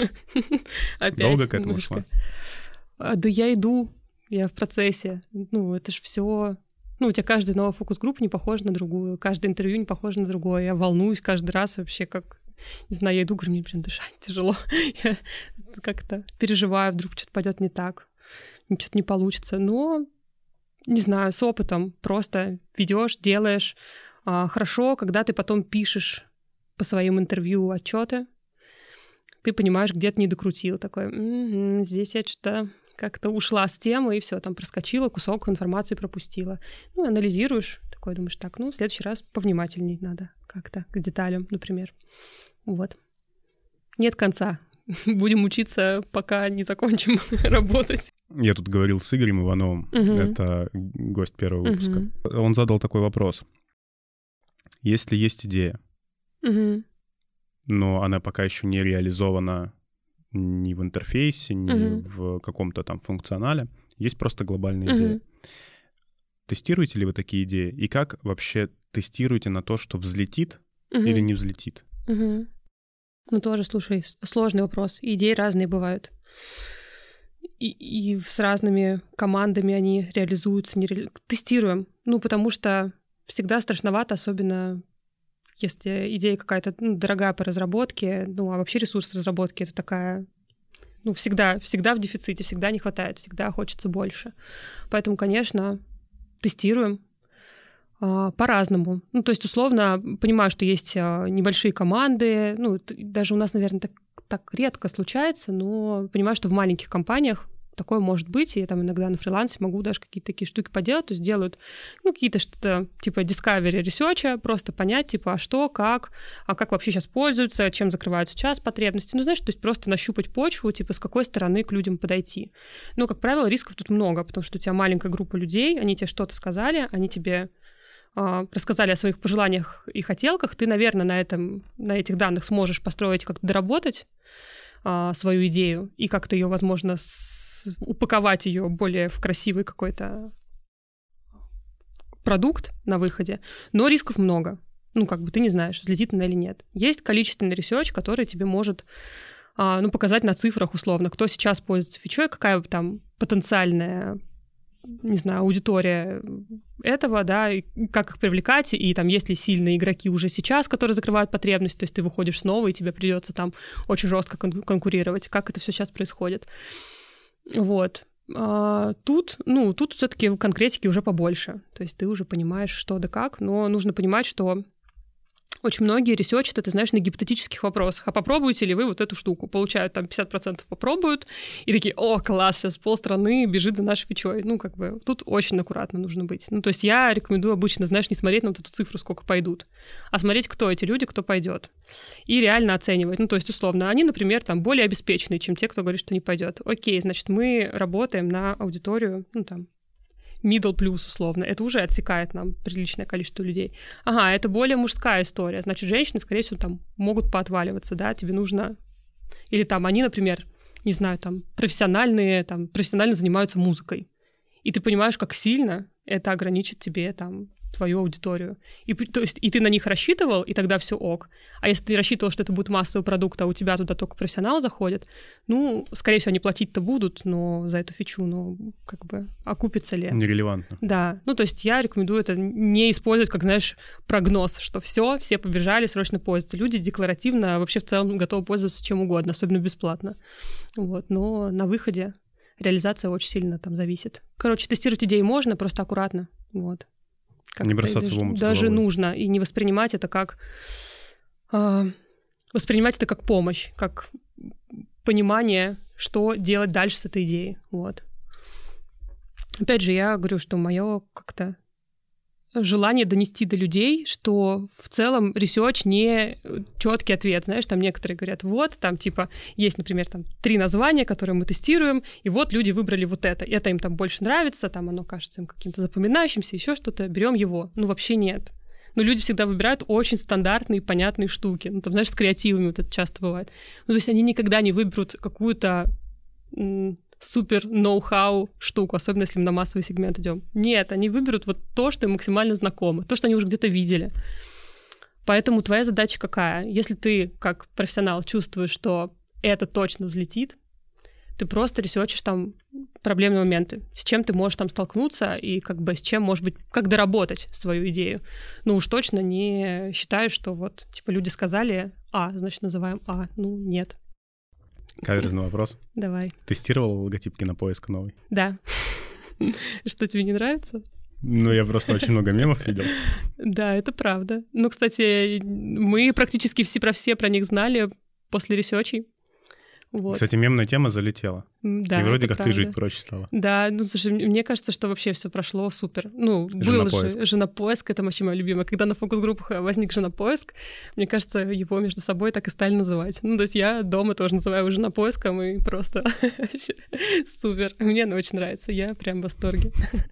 Speaker 1: Опять
Speaker 2: долго к этому шла?
Speaker 1: Да я иду, я в процессе. Ну, это же все. Ну, у тебя каждая новая фокус-группа не похожа на другую, каждое интервью не похоже на другое. Я волнуюсь каждый раз вообще, как... Не знаю, я иду, говорю, мне прям дышать тяжело. Я как-то переживаю, вдруг что-то пойдет не так, что-то не получится. Но, не знаю, с опытом просто ведешь, делаешь. Хорошо, когда ты потом пишешь по своим интервью отчеты, ты понимаешь, где ты не докрутил. Такой, м-м, здесь я что-то как-то ушла с темы, и все, там проскочила, кусок информации пропустила. Ну, анализируешь, такой думаешь, так, ну, в следующий раз повнимательней надо как-то к деталям, например. Вот. Нет конца. Будем учиться, пока не закончим работать.
Speaker 2: Я тут говорил с Игорем Ивановым, угу. Это гость первого выпуска. Угу. Он задал такой вопрос. Если есть идея, угу. но она пока еще не реализована ни в интерфейсе, ни угу. в каком-то там функционале, есть просто глобальная угу. идея. Тестируете ли вы такие идеи? И как вообще тестируете на то, что взлетит угу. или не взлетит?
Speaker 1: Угу. Ну тоже, слушай, сложный вопрос. Идеи разные бывают. И, и с разными командами они реализуются, не ре... тестируем. Ну, потому что всегда страшновато, особенно если идея какая-то ну, дорогая по разработке, ну, а вообще ресурс разработки — это такая, ну, всегда, всегда в дефиците, всегда не хватает, всегда хочется больше. Поэтому, конечно, тестируем а, по-разному. Ну, то есть, условно, понимаю, что есть а, небольшие команды, ну, даже у нас, наверное, так, так редко случается, но понимаю, что в маленьких компаниях такое может быть, и я там иногда на фрилансе могу даже какие-то такие штуки поделать, то есть делают, ну, какие-то что-то типа discovery research, просто понять, типа, а что, как, а как вообще сейчас пользуются, чем закрывают сейчас потребности, ну, знаешь, то есть просто нащупать почву, типа, с какой стороны к людям подойти. Но, как правило, рисков тут много, потому что у тебя маленькая группа людей, они тебе что-то сказали, они тебе э, рассказали о своих пожеланиях и хотелках, ты, наверное, на этом, на этих данных сможешь построить, как-то доработать э, свою идею и как-то ее, возможно, с упаковать ее более в красивый какой-то продукт на выходе, но рисков много. Ну, как бы ты не знаешь, взлетит она или нет. Есть количественный ресерч, который тебе может а, ну, показать на цифрах условно, кто сейчас пользуется фичой, какая там потенциальная, не знаю, аудитория этого, да, и как их привлекать, и там есть ли сильные игроки уже сейчас, которые закрывают потребность, то есть ты выходишь снова, и тебе придется там очень жестко кон- конкурировать. Как это все сейчас происходит? Вот. А тут, ну, тут все-таки конкретики уже побольше. То есть ты уже понимаешь, что да как, но нужно понимать, что очень многие ресерчат, ты знаешь, на гипотетических вопросах. А попробуете ли вы вот эту штуку? Получают там пятьдесят процентов попробуют, и такие, о, класс, сейчас полстраны бежит за нашей фичой. Ну, как бы, тут очень аккуратно нужно быть. Ну, то есть я рекомендую обычно, знаешь, не смотреть на вот эту цифру, сколько пойдут, а смотреть, кто эти люди, кто пойдет. И реально оценивать. Ну, то есть, условно, они, например, там более обеспеченные, чем те, кто говорит, что не пойдет. Окей, значит, мы работаем на аудиторию, ну, там, middle плюс, условно, это уже отсекает нам приличное количество людей. Ага, это более мужская история, значит, женщины, скорее всего, там могут поотваливаться, да, тебе нужно... Или там они, например, не знаю, там, профессиональные, там, профессионально занимаются музыкой, и ты понимаешь, как сильно это ограничит тебе, там, твою аудиторию. И, то есть, и ты на них рассчитывал, и тогда все ок. А если ты рассчитывал, что это будет массовый продукт, а у тебя туда только профессионал заходит, ну, скорее всего, они платить-то будут, но за эту фичу, но как бы окупится ли?
Speaker 2: Нерелевантно.
Speaker 1: Да. Ну, то есть я рекомендую это не использовать, как, знаешь, прогноз, что все, все побежали, срочно пользуются. Люди декларативно вообще в целом готовы пользоваться чем угодно, особенно бесплатно. Вот. Но на выходе реализация очень сильно там зависит. Короче, тестировать идеи можно, просто аккуратно. Вот.
Speaker 2: Не бросаться в омут.
Speaker 1: Даже нужно, и не воспринимать это как... Э, воспринимать это как помощь, как понимание, что делать дальше с этой идеей. Вот. Опять же, я говорю, что мое как-то желание донести до людей, что в целом ресерч не четкий ответ. Знаешь, там некоторые говорят, вот, там типа есть, например, там три названия, которые мы тестируем, и вот люди выбрали вот это. Это им там больше нравится, там оно кажется им каким-то запоминающимся, еще что-то, берем его. Ну, вообще нет. Но люди всегда выбирают очень стандартные, понятные штуки. Ну, там, знаешь, с креативами вот это часто бывает. Ну, то есть они никогда не выберут какую-то м- супер ноу-хау штуку, особенно если мы на массовый сегмент идем. Нет, они выберут вот то, что им максимально знакомо, то, что они уже где-то видели. Поэтому твоя задача какая? Если ты, как профессионал, чувствуешь, что это точно взлетит, ты просто ресерчишь там проблемные моменты, с чем ты можешь там столкнуться и как бы с чем, может быть, как доработать свою идею. Ну уж точно не считаю, что вот, типа, люди сказали А, значит, называем А. Ну, нет.
Speaker 2: Каверзный вопрос.
Speaker 1: Давай.
Speaker 2: Тестировал логотип Кинопоиска новый?
Speaker 1: Да. Что, тебе не нравится?
Speaker 2: Ну, я просто очень много мемов видел.
Speaker 1: Да, это правда. Ну, кстати, мы практически все про все про них знали после ресерчей. Вот.
Speaker 2: Кстати, мемная тема залетела.
Speaker 1: Да,
Speaker 2: и вроде как
Speaker 1: правда.
Speaker 2: ты жить проще стало.
Speaker 1: Да, ну, слушай, мне кажется, что вообще все прошло супер. Ну, был
Speaker 2: Женопоиск.
Speaker 1: же Женопоиск, это вообще моя любимая. Когда на фокус-группах возник Женопоиск, мне кажется, его между собой так и стали называть. Ну, то есть я дома тоже называю его Женопоиском, и просто супер. Мне она очень нравится, я прям в восторге.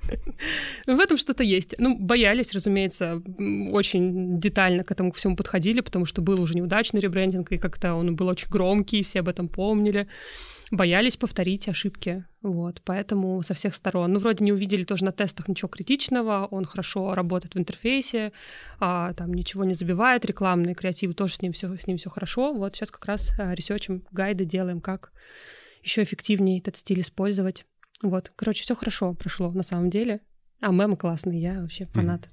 Speaker 1: В этом что-то есть. Ну, боялись, разумеется, очень детально к этому всему подходили, потому что был уже неудачный ребрендинг, и как-то он был очень громкий, все об этом помнили. Боялись повторить ошибки, вот, поэтому со всех сторон. Ну, вроде не увидели тоже на тестах ничего критичного, он хорошо работает в интерфейсе, а, там ничего не забивает, рекламные креативы тоже с ним все с ним все хорошо. Вот сейчас как раз а, ресерчим, гайды делаем, как еще эффективнее этот стиль использовать. Вот, короче, все хорошо прошло на самом деле. А мемы классные, я вообще фанат.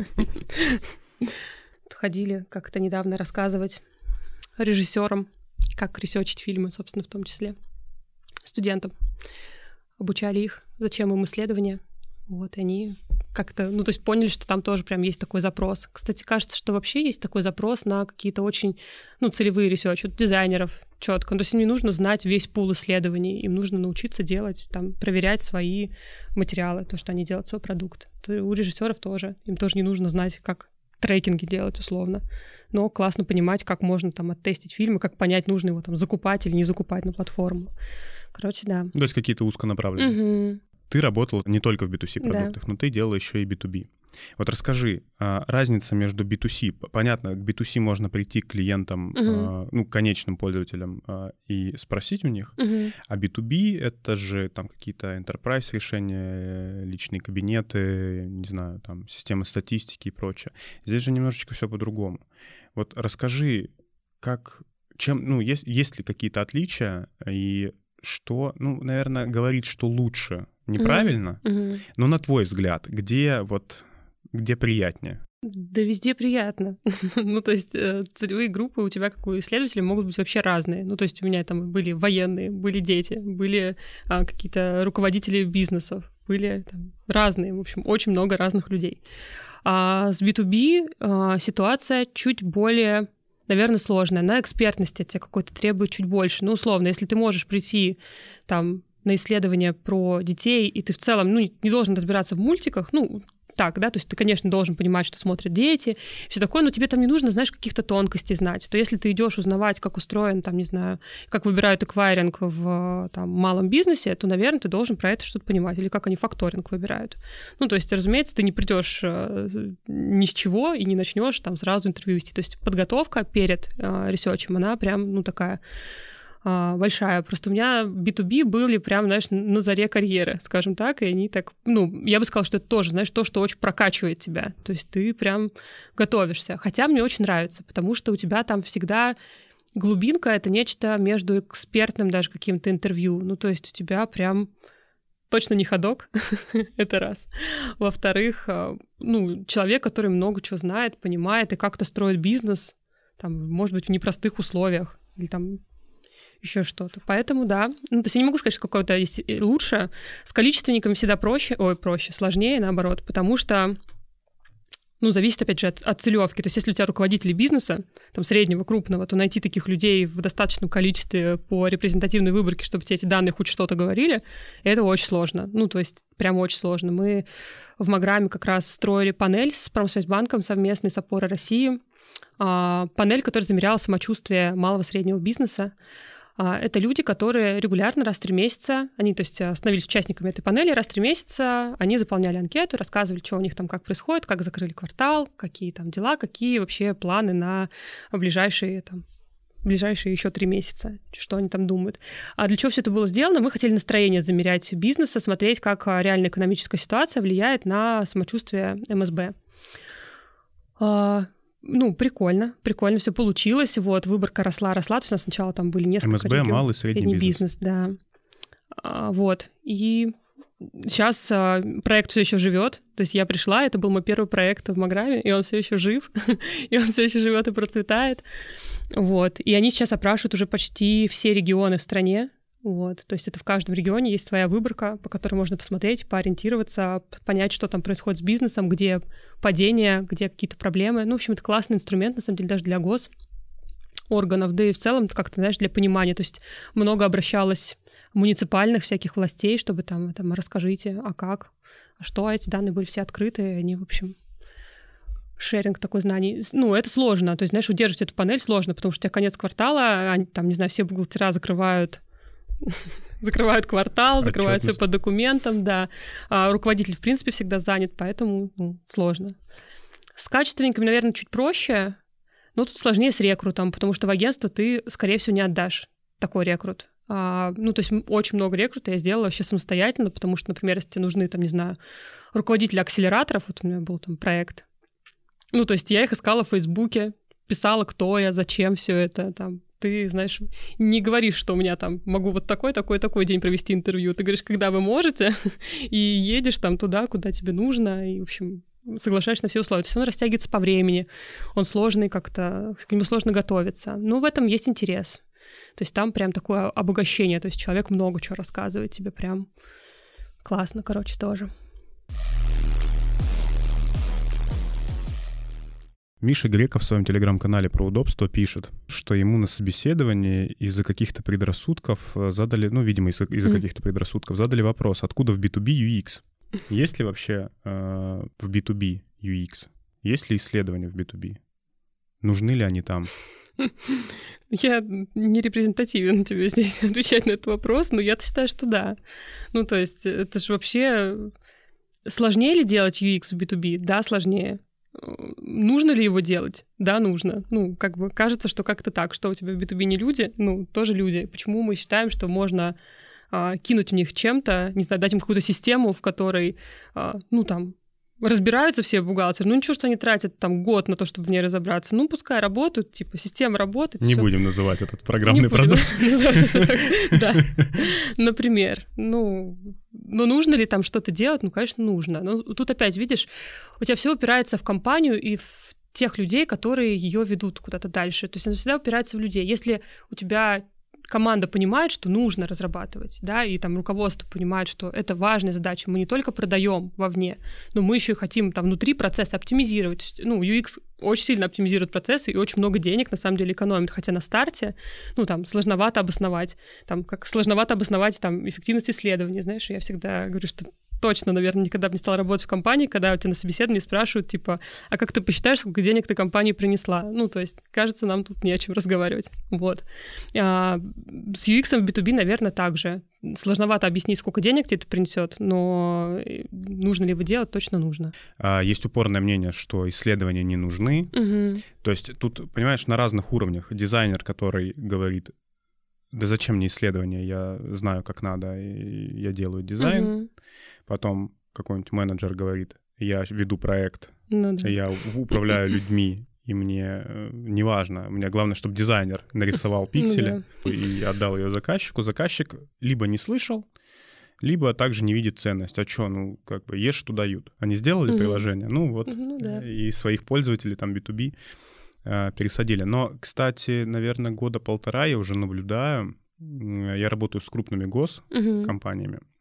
Speaker 1: Ходили как-то недавно рассказывать режиссерам, как ресерчить фильмы, собственно, в том числе. Студентам. Обучали их, зачем им исследования. Вот, и они как-то, ну, то есть поняли, что там тоже прям есть такой запрос. Кстати, кажется, что вообще есть такой запрос на какие-то очень, ну, целевые ресерчи, дизайнеров четко. То есть им не нужно знать весь пул исследований, им нужно научиться делать, там, проверять свои материалы, то, что они делают, свой продукт. То у режиссеров тоже, им тоже не нужно знать, как трекинги делать, условно. Но классно понимать, как можно там оттестить фильм, и как понять, нужно его там закупать или не закупать на платформу. Короче, да.
Speaker 2: То есть какие-то узконаправленные.
Speaker 1: Угу.
Speaker 2: Ты работала не только в би ту си продуктах, да. но ты делала еще и би ту би. Вот расскажи, разница между би ту си. Понятно, к би ту си можно прийти к клиентам, uh-huh. ну, конечным пользователям и спросить у них, uh-huh. а би ту би — это же там какие-то enterprise решения, личные кабинеты, не знаю, там системы статистики и прочее. Здесь же немножечко все по-другому. Вот расскажи, как, чем, ну, есть, есть ли какие-то отличия и что, ну, наверное, говорить, что лучше неправильно, uh-huh. но на твой взгляд, где вот, где приятнее?
Speaker 1: Да везде приятно. Ну, то есть целевые группы у тебя, как у исследователей, могут быть вообще разные. Ну, то есть у меня там были военные, были дети, были а, какие-то руководители бизнесов, были там разные, в общем, очень много разных людей. А с би ту би а, ситуация чуть более, наверное, сложная. На экспертности от тебя какой-то требует чуть больше. Ну, условно, если ты можешь прийти там на исследования про детей, и ты в целом, ну, не должен разбираться в мультиках, ну, так, да, то есть ты, конечно, должен понимать, что смотрят дети, все такое, но тебе там не нужно, знаешь, каких-то тонкостей знать. То если ты идешь узнавать, как устроен, там, не знаю, как выбирают эквайринг в там, малом бизнесе, то, наверное, ты должен про это что-то понимать, или как они факторинг выбирают. Ну, то есть, разумеется, ты не придешь э, ни с чего и не начнешь там сразу интервью вести. То есть подготовка перед э, ресерчем, она прям, ну, такая большая. Просто у меня би ту би были прям, знаешь, на заре карьеры, скажем так, и они так, ну, я бы сказала, что это тоже, знаешь, то, что очень прокачивает тебя. То есть ты прям готовишься. Хотя мне очень нравится, потому что у тебя там всегда глубинка — это нечто между экспертным даже каким-то интервью. Ну, то есть у тебя прям точно не ходок, это раз. Во-вторых, ну, человек, который много чего знает, понимает и как-то строит бизнес, там, может быть, в непростых условиях, или там еще что-то. Поэтому, да. Ну, то есть я не могу сказать, что какое-то есть лучше. С количественниками всегда проще, ой, проще, сложнее, наоборот, потому что, ну, зависит, опять же, от, от целевки. То есть если у тебя руководители бизнеса, там, среднего, крупного, то найти таких людей в достаточном количестве по репрезентативной выборке, чтобы тебе эти данные хоть что-то говорили, это очень сложно. Ну, то есть прям очень сложно. Мы в Маграме как раз строили панель с Промсвязьбанком совместный с Опорой России. А, панель, которая замеряла самочувствие малого среднего бизнеса. Это люди, которые регулярно раз в три месяца, они, то есть, становились участниками этой панели, раз в три месяца они заполняли анкету, рассказывали, что у них там как происходит, как закрыли квартал, какие там дела, какие вообще планы на ближайшие там, ближайшие еще три месяца, что они там думают. А для чего все это было сделано? Мы хотели настроение замерять бизнеса, смотреть, как реальная экономическая ситуация влияет на самочувствие эм эс бэ. Ну, прикольно, прикольно все получилось. Вот, выборка росла, росла. То есть у нас сначала там были несколько
Speaker 2: эм эс бэ, регион, малый, средний, средний бизнес.
Speaker 1: бизнес. Да. А, вот. И сейчас а, проект все еще живет. То есть я пришла, это был мой первый проект в Маграме, и он все еще жив, и он все еще живет и процветает. Вот. И они сейчас опрашивают уже почти все регионы в стране. Вот, то есть это в каждом регионе есть своя выборка, по которой можно посмотреть, поориентироваться, понять, что там происходит с бизнесом, где падение, где какие-то проблемы. Ну, в общем, это классный инструмент, на самом деле, даже для госорганов, да и в целом, как-то, знаешь, для понимания. То есть много обращалось муниципальных всяких властей, чтобы там, там расскажите, а как, а что, эти данные были все открыты, они, в общем... шеринг такой знаний. Ну, это сложно. То есть, знаешь, удерживать эту панель сложно, потому что у тебя конец квартала, они, там, не знаю, все бухгалтера закрывают закрывают квартал, закрывают все по документам, да. А руководитель, в принципе, всегда занят, поэтому ну, сложно. С качественниками, наверное, чуть проще, но тут сложнее с рекрутом, потому что в агентство ты, скорее всего, не отдашь такой рекрут. А, ну, то есть очень много рекрута я сделала вообще самостоятельно, потому что, например, если тебе нужны, там, не знаю, руководители акселераторов, вот у меня был там проект, ну, то есть я их искала в Фейсбуке, писала, кто я, зачем все это, там, ты, знаешь, не говоришь, что у меня там могу вот такой, такой, такой день провести интервью. Ты говоришь, когда вы можете, и едешь там туда, куда тебе нужно, и, в общем, соглашаешься на все условия. То есть он растягивается по времени, он сложный как-то, к нему сложно готовиться. Но в этом есть интерес. То есть там прям такое обогащение, то есть человек много чего рассказывает тебе, прям классно, короче, тоже.
Speaker 2: Миша Греков в своем телеграм-канале про удобство пишет, что ему на собеседовании из-за каких-то предрассудков задали, ну, видимо, из-за, из-за mm. каких-то предрассудков задали вопрос, откуда в би ту би ю экс? Есть ли вообще э, в би ту би ю экс? Есть ли исследования в би ту би? Нужны ли они там?
Speaker 1: Я не репрезентативен тебе здесь отвечать на этот вопрос, но я считаю, что да. Ну, то есть это же вообще... Сложнее ли делать ю экс в би ту би? Да, сложнее. Нужно ли его делать? Да, нужно. Ну, как бы кажется, что как-то так, что у тебя в би ту би не люди, ну, тоже люди. Почему мы считаем, что можно а, кинуть в них чем-то, не знаю, дать им какую-то систему, в которой, а, ну, там, разбираются все бухгалтеры, ну ничего, что они тратят там год на то, чтобы в ней разобраться. Ну, пускай работают, типа, система работает.
Speaker 2: Не
Speaker 1: всё.
Speaker 2: будем называть этот программный продукт.
Speaker 1: Да, например. Ну, ну, нужно ли там что-то делать? Ну, конечно, нужно. Но тут опять, видишь, у тебя все упирается в компанию и в тех людей, которые ее ведут куда-то дальше. То есть оно всегда упирается в людей. Если у тебя команда понимает, что нужно разрабатывать, да, и там руководство понимает, что это важная задача, мы не только продаем вовне, но мы еще и хотим там внутри процесса оптимизировать. То есть, ну, ю экс очень сильно оптимизирует процессы и очень много денег на самом деле экономит, хотя на старте, ну, там, сложновато обосновать, там, как сложновато обосновать там эффективность исследований, знаешь, я всегда говорю, что точно, наверное, никогда бы не стала работать в компании, когда у тебя на собеседовании спрашивают, типа, а как ты посчитаешь, сколько денег ты компании принесла? Ну, то есть, кажется, нам тут не о чем разговаривать. Вот. А с ю экс в би ту би, наверное, так же. Сложновато объяснить, сколько денег тебе это принесет, но нужно ли его делать, точно нужно.
Speaker 2: Есть упорное мнение, что исследования не нужны.
Speaker 1: Угу.
Speaker 2: То есть тут, понимаешь, на разных уровнях. Дизайнер, который говорит, да зачем мне исследования, я знаю, как надо, и я делаю дизайн. Угу. Потом какой-нибудь менеджер говорит, я веду проект,
Speaker 1: ну, да.
Speaker 2: я управляю людьми, и мне э, не важно, мне главное, чтобы дизайнер нарисовал пиксели ну, да. и отдал ее заказчику. Заказчик либо не слышал, либо также не видит ценность. А что, ну, как бы, ешь, что дают. Они сделали угу. приложение, ну вот,
Speaker 1: ну, да.
Speaker 2: и своих пользователей, там, би ту би э, пересадили. Но, кстати, наверное, года полтора я уже наблюдаю, я работаю с крупными госкомпаниями, угу.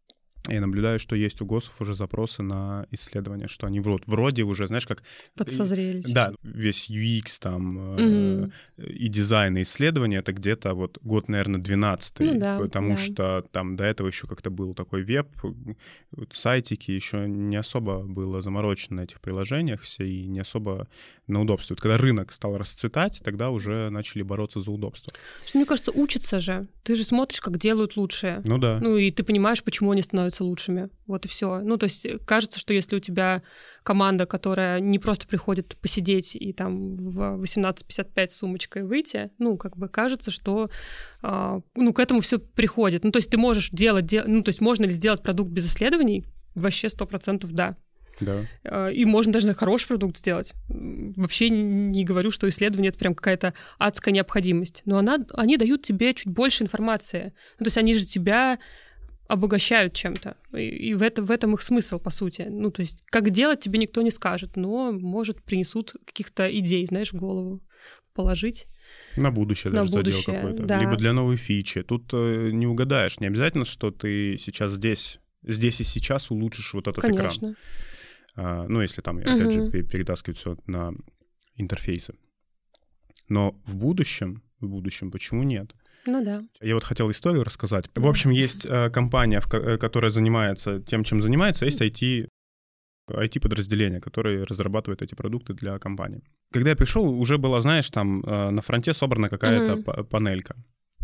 Speaker 2: Я наблюдаю, что есть у ГОСов уже запросы на исследования, что они вроде, вроде уже, знаешь, как...
Speaker 1: Подсозрели.
Speaker 2: Да, весь ю экс там
Speaker 1: mm-hmm.
Speaker 2: э, и дизайн, и исследования, это где-то вот год, наверное, двенадцатый,
Speaker 1: ну, да,
Speaker 2: потому
Speaker 1: да.
Speaker 2: что там до этого еще как-то был такой веб, вот, сайтики, еще не особо было заморочено на этих приложениях все, и не особо на удобство. Вот когда рынок стал расцветать, тогда уже начали бороться за удобство.
Speaker 1: Мне кажется, учатся же. Ты же смотришь, как делают лучшие.
Speaker 2: Ну да.
Speaker 1: Ну и ты понимаешь, почему они становятся лучшими. Вот и все. Ну, то есть кажется, что если у тебя команда, которая не просто приходит посидеть и там в восемнадцать пятьдесят пять с сумочкой выйти, ну, как бы кажется, что э, ну, к этому все приходит. Ну, то есть ты можешь делать, дел... ну, то есть можно ли сделать продукт без исследований? Вообще сто процентов да.
Speaker 2: Да.
Speaker 1: И можно даже хороший продукт сделать. Вообще не говорю, что исследование — это прям какая-то адская необходимость. Но она, они дают тебе чуть больше информации. Ну, то есть они же тебя обогащают чем-то. И в, это, в этом их смысл, по сути. Ну, то есть как делать тебе никто не скажет, но, может, принесут каких-то идей, знаешь, в голову положить.
Speaker 2: На будущее
Speaker 1: на
Speaker 2: даже
Speaker 1: будущее,
Speaker 2: задел какой-то.
Speaker 1: Да.
Speaker 2: Либо для новой фичи. Тут э, не угадаешь. Не обязательно, что ты сейчас здесь, здесь и сейчас улучшишь вот этот
Speaker 1: Конечно.
Speaker 2: экран. А, ну, если там, опять угу. же, перетаскивать все на интерфейсы. Но в будущем, в будущем почему нет?
Speaker 1: Ну да.
Speaker 2: Я вот хотел историю рассказать. В общем, есть э, компания, в ко- которая занимается тем, чем занимается, есть ай ти, ай ти-подразделение, которое разрабатывает эти продукты для компании. Когда я пришел, уже была, знаешь, там э, на фронте собрана какая-то mm-hmm. п- панелька.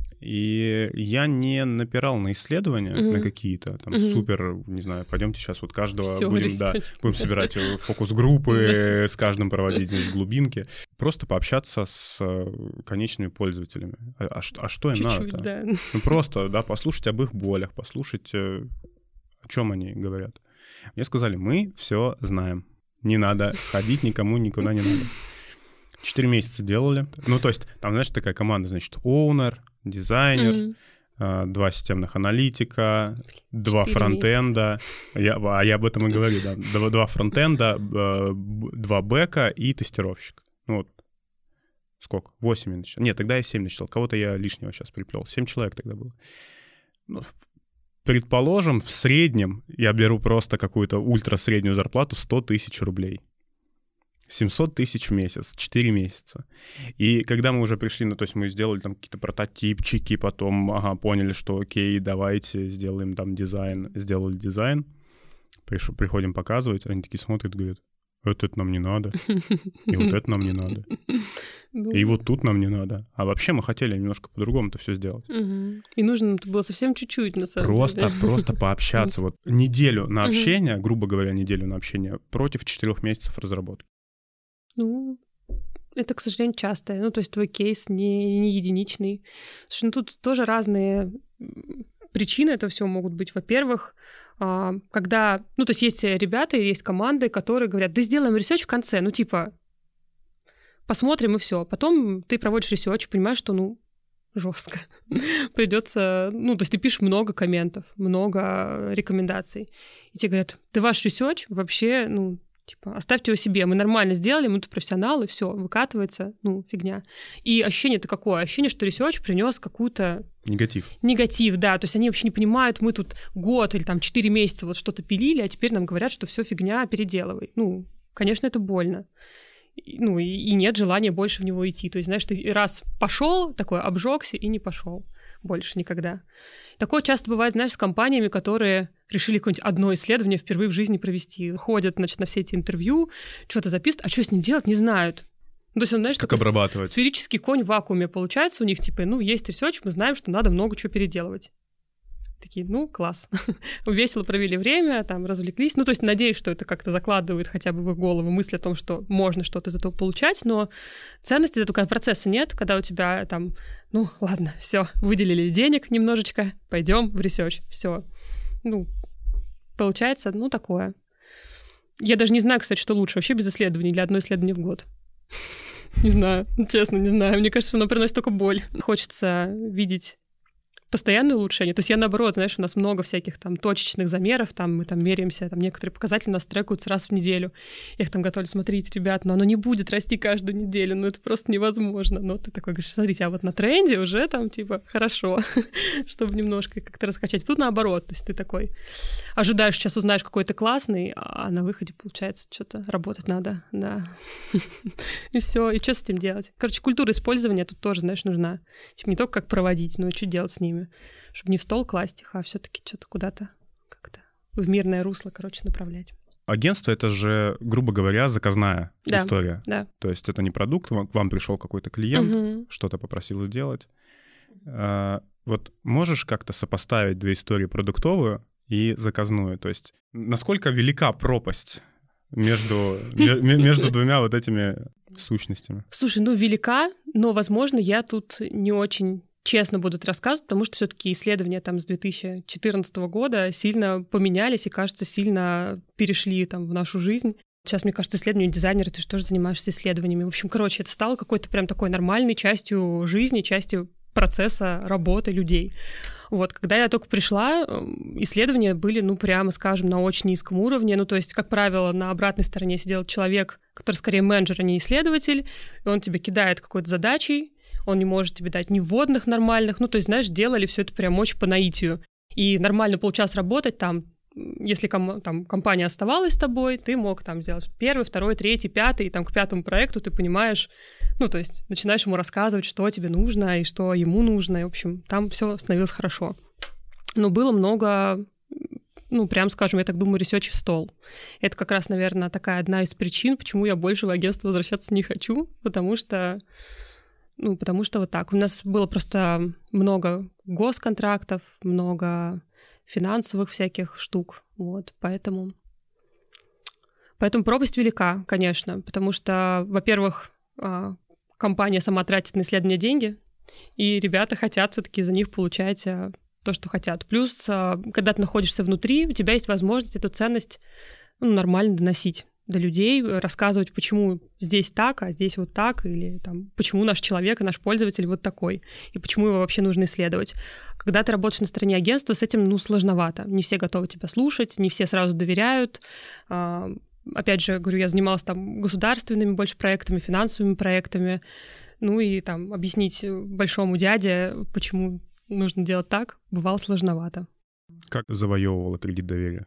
Speaker 2: И я не напирал на исследования, mm-hmm. на какие-то там mm-hmm. супер, не знаю, пойдемте сейчас вот каждого
Speaker 1: Всё
Speaker 2: будем, да, будем собирать фокус-группы, с каждым проводить, значит, глубинки. Просто пообщаться с конечными пользователями. А, а, что, а что им
Speaker 1: Чуть-чуть,
Speaker 2: надо-то?
Speaker 1: Да.
Speaker 2: Ну просто, да, послушать об их болях, послушать, о чем они говорят. Мне сказали, мы все знаем. Не надо ходить никому, никуда не надо. Четыре месяца делали. Ну, то есть, там, знаешь, такая команда, значит, оунер, дизайнер, mm-hmm. два системных аналитика, два фронтенда. Я, а я об этом и говорю, да. Два, два фронтенда, два бэка и тестировщик. Ну вот. Сколько? Восемь я начал. Нет, тогда я семь начал. Кого-то я лишнего сейчас приплел. Семь человек тогда было. Ну, предположим, в среднем я беру просто какую-то ультрасреднюю зарплату сто тысяч рублей. семьсот тысяч в месяц, четыре месяца. И когда мы уже пришли, ну, то есть мы сделали там какие-то прототипчики, потом, ага, поняли, что окей, давайте сделаем там дизайн, сделали дизайн, приш... приходим показывать, они такие смотрят, говорят, вот это нам не надо, и вот это нам не надо, и вот тут нам не надо. А вообще мы хотели немножко по-другому-то все сделать.
Speaker 1: И нужно было совсем чуть-чуть, на самом
Speaker 2: просто,
Speaker 1: деле.
Speaker 2: Просто пообщаться. Вот неделю на общение, грубо говоря, неделю на общение против четырех месяцев разработки.
Speaker 1: Ну, это, к сожалению, часто. Ну, то есть твой кейс не, не единичный. Слушай, ну тут тоже разные причины этого всего могут быть. Во-первых, когда... Ну, то есть есть ребята, есть команды, которые говорят, да сделаем ресерч в конце. Ну, типа, посмотрим и все. Потом ты проводишь ресерч, понимаешь, что, ну, жестко. Придется... Ну, то есть ты пишешь много комментов, много рекомендаций. И тебе говорят, да ваш ресерч вообще, ну, типа, оставьте его себе, мы нормально сделали, мы тут профессионалы, все, выкатывается, ну, фигня. И ощущение-то какое? Ощущение, что ресерч принес какую-то...
Speaker 2: Негатив.
Speaker 1: Негатив, да, то есть они вообще не понимают, мы тут год или там четыре месяца вот что-то пилили, а теперь нам говорят, что все фигня, переделывай. Ну, конечно, это больно. Ну, и, и нет желания больше в него идти. То есть, знаешь, ты раз пошел, такой обжегся и не пошел больше никогда. Такое часто бывает, знаешь, с компаниями, которые решили какое-нибудь одно исследование впервые в жизни провести. Ходят, значит, на все эти интервью, что-то записывают, а что с ним делать, не знают. Ну, то есть, он, знаешь,
Speaker 2: как
Speaker 1: такой
Speaker 2: обрабатывать?
Speaker 1: Сферический конь в вакууме получается у них, типа, ну, есть ресерч, мы знаем, что надо много чего переделывать. Такие, ну, класс. Весело провели время, там, развлеклись. Ну, то есть, надеюсь, что это как-то закладывает хотя бы в их голову мысль о том, что можно что-то из этого получать, но ценности этого процесса нет, когда у тебя там, ну, ладно, все, выделили денег немножечко, пойдем в ресерч, все. Ну, получается, ну, такое. Я даже не знаю, кстати, что лучше, вообще без исследований или одно исследование в год. Не знаю, честно, не знаю. Мне кажется, оно приносит только боль. Хочется видеть постоянное улучшение. То есть я, наоборот, знаешь, у нас много всяких там точечных замеров, там мы там меряемся, там некоторые показатели у нас трекаются раз в неделю. Я их там готовлю, смотрите, ребят, но оно не будет расти каждую неделю, ну это просто невозможно. Но ты такой говоришь, смотрите, а вот на тренде уже там типа хорошо, чтобы немножко как-то раскачать. Тут наоборот, то есть ты такой ожидаешь, сейчас узнаешь, какой ты классный, а на выходе, получается, что-то работать надо, да. И все, и что с этим делать? Короче, культура использования тут тоже, знаешь, нужна. Типа не только как проводить, но и что делать с ними. Чтобы не в стол класть их, а все-таки что-то куда-то как-то в мирное русло, короче, направлять.
Speaker 2: Агентство — это же, грубо говоря, заказная
Speaker 1: да,
Speaker 2: история.
Speaker 1: Да.
Speaker 2: То есть это не продукт, к вам пришел какой-то клиент, угу. что-то попросил сделать. А, вот можешь как-то сопоставить две истории, продуктовую и заказную? То есть насколько велика пропасть между, между двумя вот этими сущностями?
Speaker 1: Слушай, ну велика, но, возможно, я тут не очень честно будут рассказывать, потому что все-таки исследования там с две тысячи четырнадцатого года сильно поменялись и, кажется, сильно перешли там в нашу жизнь. Сейчас, мне кажется, исследование дизайнера, ты же тоже занимаешься исследованиями. В общем, короче, это стало какой-то прям такой нормальной частью жизни, частью процесса работы людей. Вот, когда я только пришла, исследования были, ну, прямо скажем, на очень низком уровне. Ну, то есть, как правило, на обратной стороне сидел человек, который скорее менеджер, а не исследователь, и он тебе кидает какой-то задачей, он не может тебе дать ни вводных нормальных. Ну, то есть, знаешь, делали все это прям очень по наитию. И нормально получалось работать там, если ком- там компания оставалась с тобой, ты мог там сделать первый, второй, третий, пятый, и там к пятому проекту ты понимаешь, ну, то есть начинаешь ему рассказывать, что тебе нужно и что ему нужно, и, в общем, там все становилось хорошо. Но было много, ну, прям скажем, я так думаю, ресерч в стол. Это как раз, наверное, такая одна из причин, почему я больше в агентство возвращаться не хочу, потому что Ну, потому что вот так. У нас было просто много госконтрактов, много финансовых всяких штук, вот, поэтому... Поэтому пропасть велика, конечно, потому что, во-первых, компания сама тратит на исследования деньги, и ребята хотят все-таки за них получать то, что хотят. Плюс, когда ты находишься внутри, у тебя есть возможность эту ценность, ну, нормально доносить до людей, рассказывать, почему здесь так, а здесь вот так, или там, почему наш человек и наш пользователь вот такой, и почему его вообще нужно исследовать. Когда ты работаешь на стороне агентства, с этим, ну, сложновато. Не все готовы тебя слушать, не все сразу доверяют. Опять же, говорю, я занималась там государственными больше проектами, финансовыми проектами, ну и там объяснить большому дяде, почему нужно делать так, бывало сложновато.
Speaker 2: Как завоевывала кредит доверия?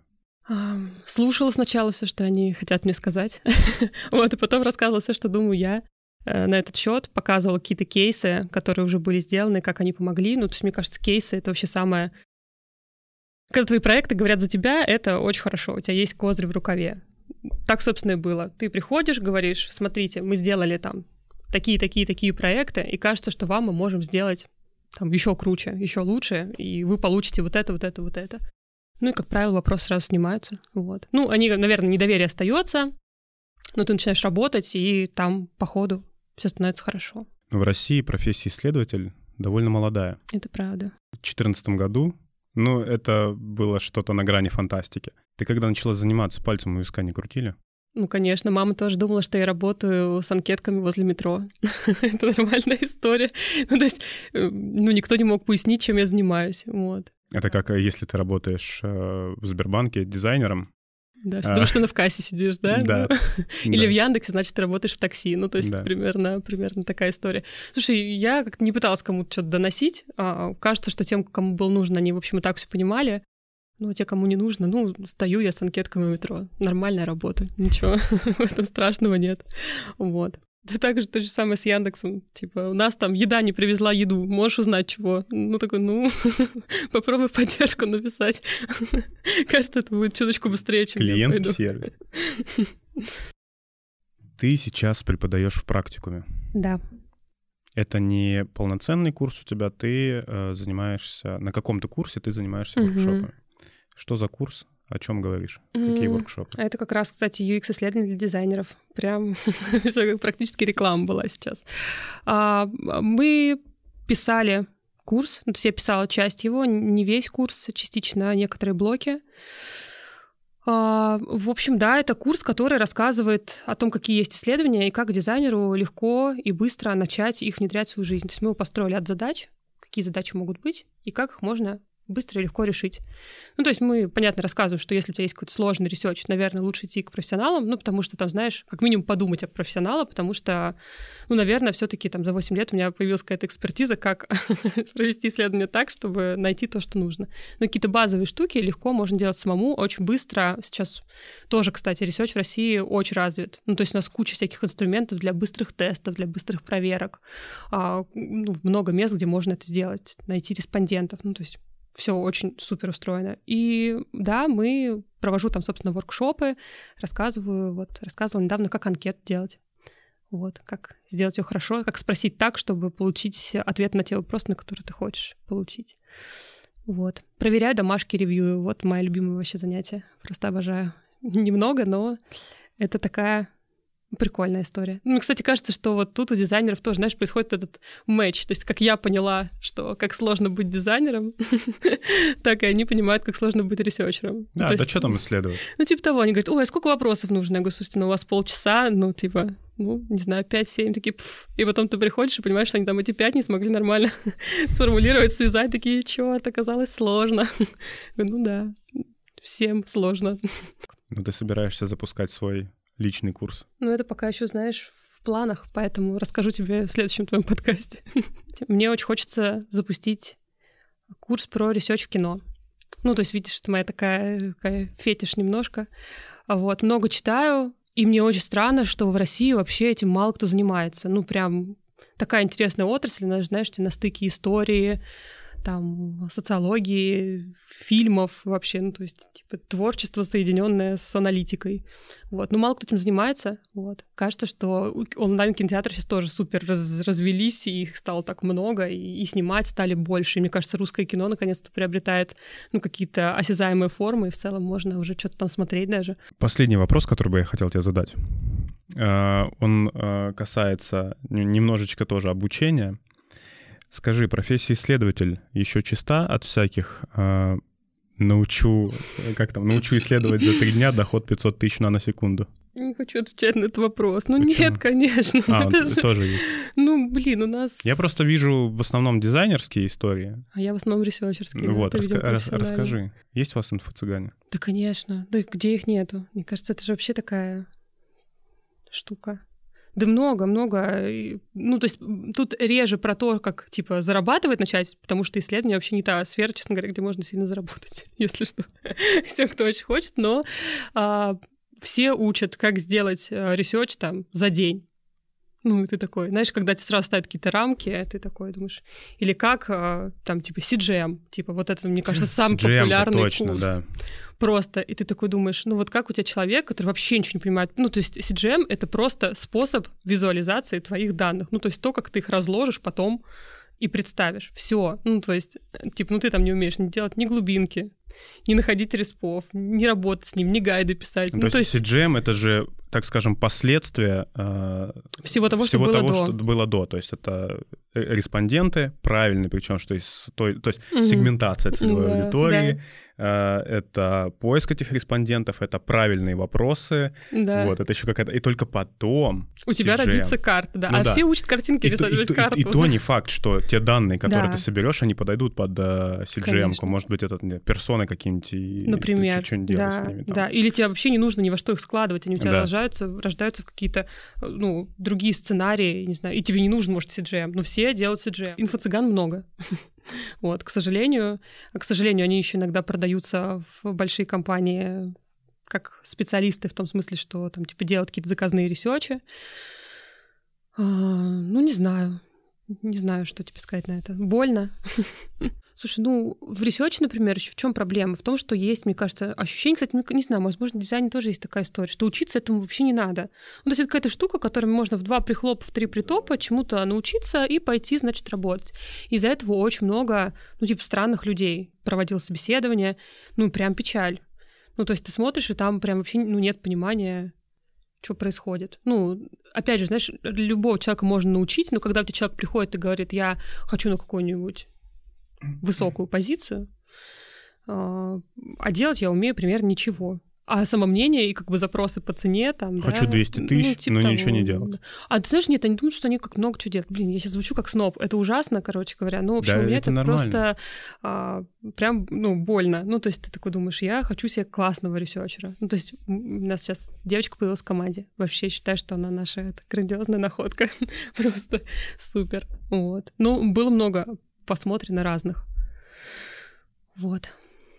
Speaker 1: Слушала сначала все, что они хотят мне сказать, вот, и потом рассказывала все, что думаю я на этот счет, показывала какие-то кейсы, которые уже были сделаны, как они помогли. Ну, то есть, мне кажется, кейсы — это вообще самое... Когда твои проекты говорят за тебя, это очень хорошо, у тебя есть козырь в рукаве. Так, собственно, и было. Ты приходишь, говоришь: смотрите, мы сделали там такие-такие-такие проекты, и кажется, что вам мы можем сделать там еще круче, еще лучше, и вы получите вот это, вот это, вот это. Ну и, как правило, вопрос сразу снимается. Вот. Ну, они, наверное, недоверие остается, но ты начинаешь работать, и там по ходу все становится хорошо.
Speaker 2: В России профессия исследователь довольно молодая.
Speaker 1: Это правда.
Speaker 2: В две тысячи четырнадцатом году, ну, это было что-то на грани фантастики. Ты когда начала заниматься, пальцем у виска не крутили?
Speaker 1: Ну, конечно, мама тоже думала, что я работаю с анкетками возле метро. Это нормальная история. Ну, то есть, ну, никто не мог пояснить, чем я занимаюсь. Вот.
Speaker 2: Это как если ты работаешь э, в Сбербанке дизайнером.
Speaker 1: Да, все думаешь, что ты в кассе сидишь, да?
Speaker 2: Да.
Speaker 1: Ну, или в Яндексе, значит, ты работаешь в такси. Ну, то есть
Speaker 2: Да.
Speaker 1: примерно, примерно такая история. Слушай, я как-то не пыталась кому-то что-то доносить. А, кажется, что тем, кому было нужно, они, в общем, и так все понимали. Ну, а те, кому не нужно, ну, стою я с анкетками в метро. Нормальная работа, ничего в этом страшного нет. Вот. Так же то же самое с Яндексом. Типа, у нас там еда не привезла еду, можешь узнать чего? Ну, такой, ну, попробуй поддержку написать. Кажется, это будет чуточку быстрее, чем я пойду.
Speaker 2: Клиентский сервис. Ты сейчас преподаешь в практикуме.
Speaker 1: Да.
Speaker 2: Это не полноценный курс у тебя, ты э, занимаешься... На каком-то курсе ты занимаешься
Speaker 1: Мгм.
Speaker 2: воркшопами. Что за курс? О чем говоришь? Какие
Speaker 1: М,
Speaker 2: воркшопы?
Speaker 1: А это как раз, кстати, ю экс-исследование для дизайнеров. Прям всё, практически реклама была сейчас. А, Мы писали курс, ну, то есть я писала часть его, не весь курс, частично некоторые блоки. А, В общем, да, это курс, который рассказывает о том, какие есть исследования и как дизайнеру легко и быстро начать их внедрять в свою жизнь. То есть мы его построили от задач, какие задачи могут быть и как их можно быстро и легко решить. Ну, то есть мы, понятно, рассказываем, что если у тебя есть какой-то сложный ресерч, наверное, лучше идти к профессионалам, ну, потому что там, знаешь, как минимум подумать о профессионале, потому что, ну, наверное, все-таки там за восемь лет у меня появилась какая-то экспертиза, как провести исследование так, чтобы найти то, что нужно. Но какие-то базовые штуки легко можно делать самому, очень быстро. Сейчас тоже, кстати, ресерч в России очень развит. Ну, то есть у нас куча всяких инструментов для быстрых тестов, для быстрых проверок. А, ну, много мест, где можно это сделать, найти респондентов. Ну, то есть все очень супер устроено. И да, мы провожу там, собственно, воркшопы, рассказываю, вот, рассказывала недавно, как анкету делать. Вот, как сделать ее хорошо, как спросить так, чтобы получить ответ на те вопросы, на которые ты хочешь получить. Вот. Проверяю домашки, ревью. Вот мое любимое вообще занятие. Просто обожаю. Немного, но это такая прикольная история. Ну, кстати, кажется, что вот тут у дизайнеров тоже, знаешь, происходит этот матч. То есть как я поняла, что как сложно быть дизайнером, так и они понимают, как сложно быть ресерчером.
Speaker 2: Да, да что там исследовать?
Speaker 1: Ну, типа того, они говорят: ой, сколько вопросов нужно? Я говорю: слушайте, ну у вас полчаса, ну, типа, ну, не знаю, пять-семь, такие, пф. И потом ты приходишь и понимаешь, что они там эти пять не смогли нормально сформулировать, связать, такие, чё, это оказалось сложно. Ну да, всем сложно.
Speaker 2: Ну, ты собираешься запускать свой личный курс?
Speaker 1: Ну, это пока еще, знаешь, в планах, поэтому расскажу тебе в следующем твоем подкасте. Мне очень хочется запустить курс про ресерч в кино. Ну, то есть, видишь, это моя такая, такая фетиш немножко. Вот, много читаю, и мне очень странно, что в России вообще этим мало кто занимается. Ну, прям такая интересная отрасль, знаешь, на стыке истории, там, социологии, фильмов вообще, ну, то есть, типа, творчество, соединенное с аналитикой. Вот. Ну, мало кто этим занимается. Вот. Кажется, что онлайн-кинотеатры сейчас тоже супер раз- развелись, и их стало так много, и, и снимать стали больше. И мне кажется, русское кино наконец-то приобретает, ну, какие-то осязаемые формы, и в целом можно уже что-то там смотреть даже.
Speaker 2: Последний вопрос, который бы я хотел тебе задать. Он касается немножечко тоже обучения. Скажи, профессия исследователь еще чиста от всяких э, научу, как там, научу исследовать за три дня, доход пятьсот тысяч наносекунду?
Speaker 1: Не хочу отвечать на этот вопрос. Ну,
Speaker 2: Почему?
Speaker 1: нет, конечно.
Speaker 2: А,
Speaker 1: Это
Speaker 2: он
Speaker 1: же...
Speaker 2: тоже есть.
Speaker 1: Ну, блин, у нас...
Speaker 2: Я просто вижу в основном дизайнерские истории.
Speaker 1: А я в основном ресерчерские.
Speaker 2: Вот,
Speaker 1: да,
Speaker 2: раска- рас- расскажи. Есть у вас инфо-цыгане?
Speaker 1: Да, конечно. Да где их нету? Мне кажется, это же вообще такая штука. Да много, много. Ну, то есть тут реже про то, как, типа, зарабатывать начать, потому что исследование вообще не та сфера, честно говоря, где можно сильно заработать, если что. Все, кто очень хочет, но а, все учат, как сделать ресерч там за день. Ну, и ты такой, знаешь, когда тебе сразу ставят какие-то рамки, ты такой думаешь, или как, там, типа, си джи эм, типа, вот это, мне кажется, самый популярный точно, курс. Да. Просто, и ты такой думаешь, ну, вот как у тебя человек, который вообще ничего не понимает, ну, то есть си джи эм — это просто способ визуализации твоих данных, ну, то есть то, как ты их разложишь потом и представишь, все, ну, то есть, типа, ну, ты там не умеешь не делать ни глубинки, не находить респов, не работать с ним, не гайды писать.
Speaker 2: Ну,
Speaker 1: ну,
Speaker 2: то, то есть си джи эм — это же, так скажем, последствия э,
Speaker 1: всего того,
Speaker 2: всего
Speaker 1: что,
Speaker 2: того
Speaker 1: было
Speaker 2: что было до. То есть это респонденты правильные, причем что есть, то, то есть
Speaker 1: mm-hmm.
Speaker 2: сегментация целевой
Speaker 1: да,
Speaker 2: аудитории,
Speaker 1: да.
Speaker 2: э, это поиск этих респондентов, это правильные вопросы.
Speaker 1: Да.
Speaker 2: Вот, это еще какая-то... И только потом
Speaker 1: у тебя
Speaker 2: си джи эм.
Speaker 1: Родится карта, да.
Speaker 2: Ну,
Speaker 1: а
Speaker 2: да.
Speaker 1: все учат картинки
Speaker 2: и
Speaker 1: рисовать
Speaker 2: то, и,
Speaker 1: карту.
Speaker 2: И, и, и то не факт, что те данные, которые
Speaker 1: да.
Speaker 2: ты соберешь, они подойдут под uh, си джи эм-ку.
Speaker 1: Конечно.
Speaker 2: Может быть, это не, персоны какие-нибудь, и
Speaker 1: например,
Speaker 2: ты что-нибудь делаешь
Speaker 1: да,
Speaker 2: с ними. Там.
Speaker 1: Да, или тебе вообще не нужно ни во что их складывать, они у тебя
Speaker 2: да.
Speaker 1: рождаются, рождаются в какие-то, ну, другие сценарии, не знаю, и тебе не нужен, может, си джи эм, но все делают си джи эм. Инфо-цыган много. Вот, к сожалению. К сожалению, они еще иногда продаются в большие компании как специалисты, в том смысле, что там, типа, делают какие-то заказные ресерчи. А, ну, не знаю. Не знаю, что тебе сказать на это. Больно. Слушай, ну, в ресерче, например, еще в чем проблема? В том, что есть, мне кажется, ощущение, кстати, не знаю, возможно, в дизайне тоже есть такая история, что учиться этому вообще не надо. Ну, то есть это какая-то штука, которой можно в два прихлопа, в три притопа чему-то научиться и пойти, значит, работать. Из-за этого очень много, ну, типа, странных людей проводило собеседование, ну, прям печаль. Ну, то есть ты смотришь, и там прям вообще, ну, нет понимания, что происходит. Ну, опять же, знаешь, любого человека можно научить, но когда у тебя человек приходит и говорит, я хочу на какую-нибудь высокую позицию, а делать я умею примерно ничего. А самомнение и как бы запросы по цене там,
Speaker 2: хочу
Speaker 1: да,
Speaker 2: двести тысяч, ну, типа но того, ничего не делать.
Speaker 1: А ты знаешь, нет, они думают, что они как много чего делают. Блин, я сейчас звучу как сноб. Это ужасно, короче говоря. Ну, в общем,
Speaker 2: да,
Speaker 1: мне
Speaker 2: это,
Speaker 1: это
Speaker 2: нормально.
Speaker 1: просто а, прям, ну, больно. Ну, то есть ты такой думаешь, я хочу себе классного ресерчера. Ну, то есть у нас сейчас девочка появилась в команде. Вообще считаю, что она наша это, грандиозная находка. Просто супер. Вот. Ну, было много посмотрено разных. Вот.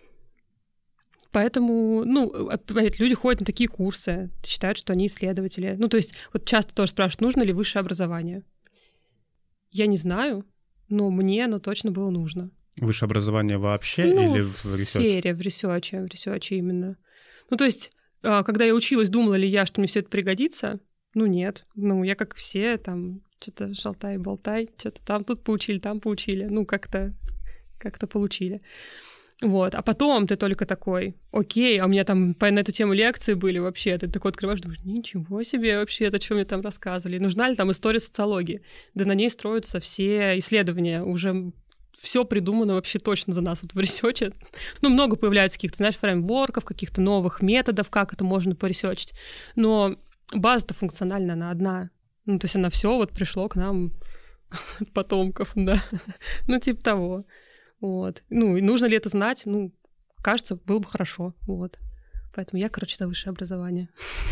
Speaker 1: Поэтому, ну, люди ходят на такие курсы, считают, что они исследователи. Ну, то есть вот часто тоже спрашивают, нужно ли высшее образование. Я не знаю, но мне оно точно было нужно.
Speaker 2: Высшее образование вообще
Speaker 1: ну,
Speaker 2: или
Speaker 1: в,
Speaker 2: в
Speaker 1: сфере, в ресерче, в ресерче именно. Ну, то есть, когда я училась, думала ли я, что мне все это пригодится? Ну, нет. Ну, я как все, там, что-то шалтай-болтай, что-то там тут поучили, там поучили. Ну, как-то, как-то получили. Вот, а потом ты только такой, окей, а у меня там по, на эту тему лекции были вообще, ты такой открываешь, думаешь, ничего себе вообще, это что мне там рассказывали, нужна ли там история социологии, да на ней строятся все исследования, уже все придумано вообще точно за нас вот в ресерче, ну, много появляется каких-то, знаешь, фреймворков, каких-то новых методов, как это можно поресерчить, но база-то функциональна, она одна, ну, то есть она все вот пришло к нам от потомков, да, ну, типа того. Вот. Ну, и нужно ли это знать? Ну, кажется, было бы хорошо. Вот. Поэтому я, короче, за высшее образование.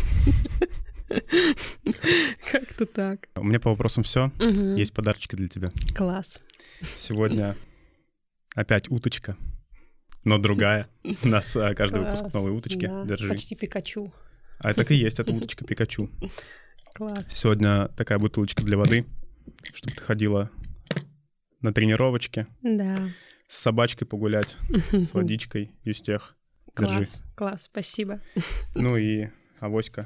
Speaker 1: Как-то так.
Speaker 2: У меня по вопросам все. Есть подарочки для тебя.
Speaker 1: Класс.
Speaker 2: Сегодня опять уточка, но другая. У нас каждый выпуск новые уточки. Держи.
Speaker 1: Почти Пикачу.
Speaker 2: А так и есть, это уточка Пикачу.
Speaker 1: Класс.
Speaker 2: Сегодня такая бутылочка для воды, чтобы ты ходила на тренировочке.
Speaker 1: Да.
Speaker 2: С собачкой погулять, с водичкой, юстех. Держи.
Speaker 1: Класс, класс, спасибо.
Speaker 2: Ну и авоська.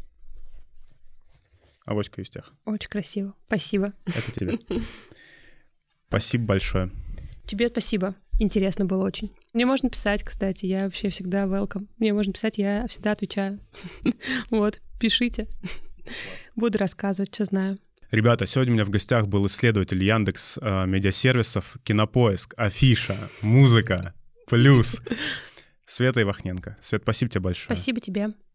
Speaker 2: Авоська юстех.
Speaker 1: Очень красиво, спасибо.
Speaker 2: Это тебе. Спасибо большое.
Speaker 1: Тебе спасибо, интересно было очень. Мне можно писать, кстати, я вообще всегда welcome. Мне можно писать, я всегда отвечаю. Вот, пишите. Буду рассказывать, что знаю.
Speaker 2: Ребята, сегодня у меня в гостях был исследователь Яндекс э, медиасервисов, Кинопоиск, Афиша, Музыка, Плюс. Света Ивахненко. Свет, спасибо тебе большое.
Speaker 1: Спасибо тебе.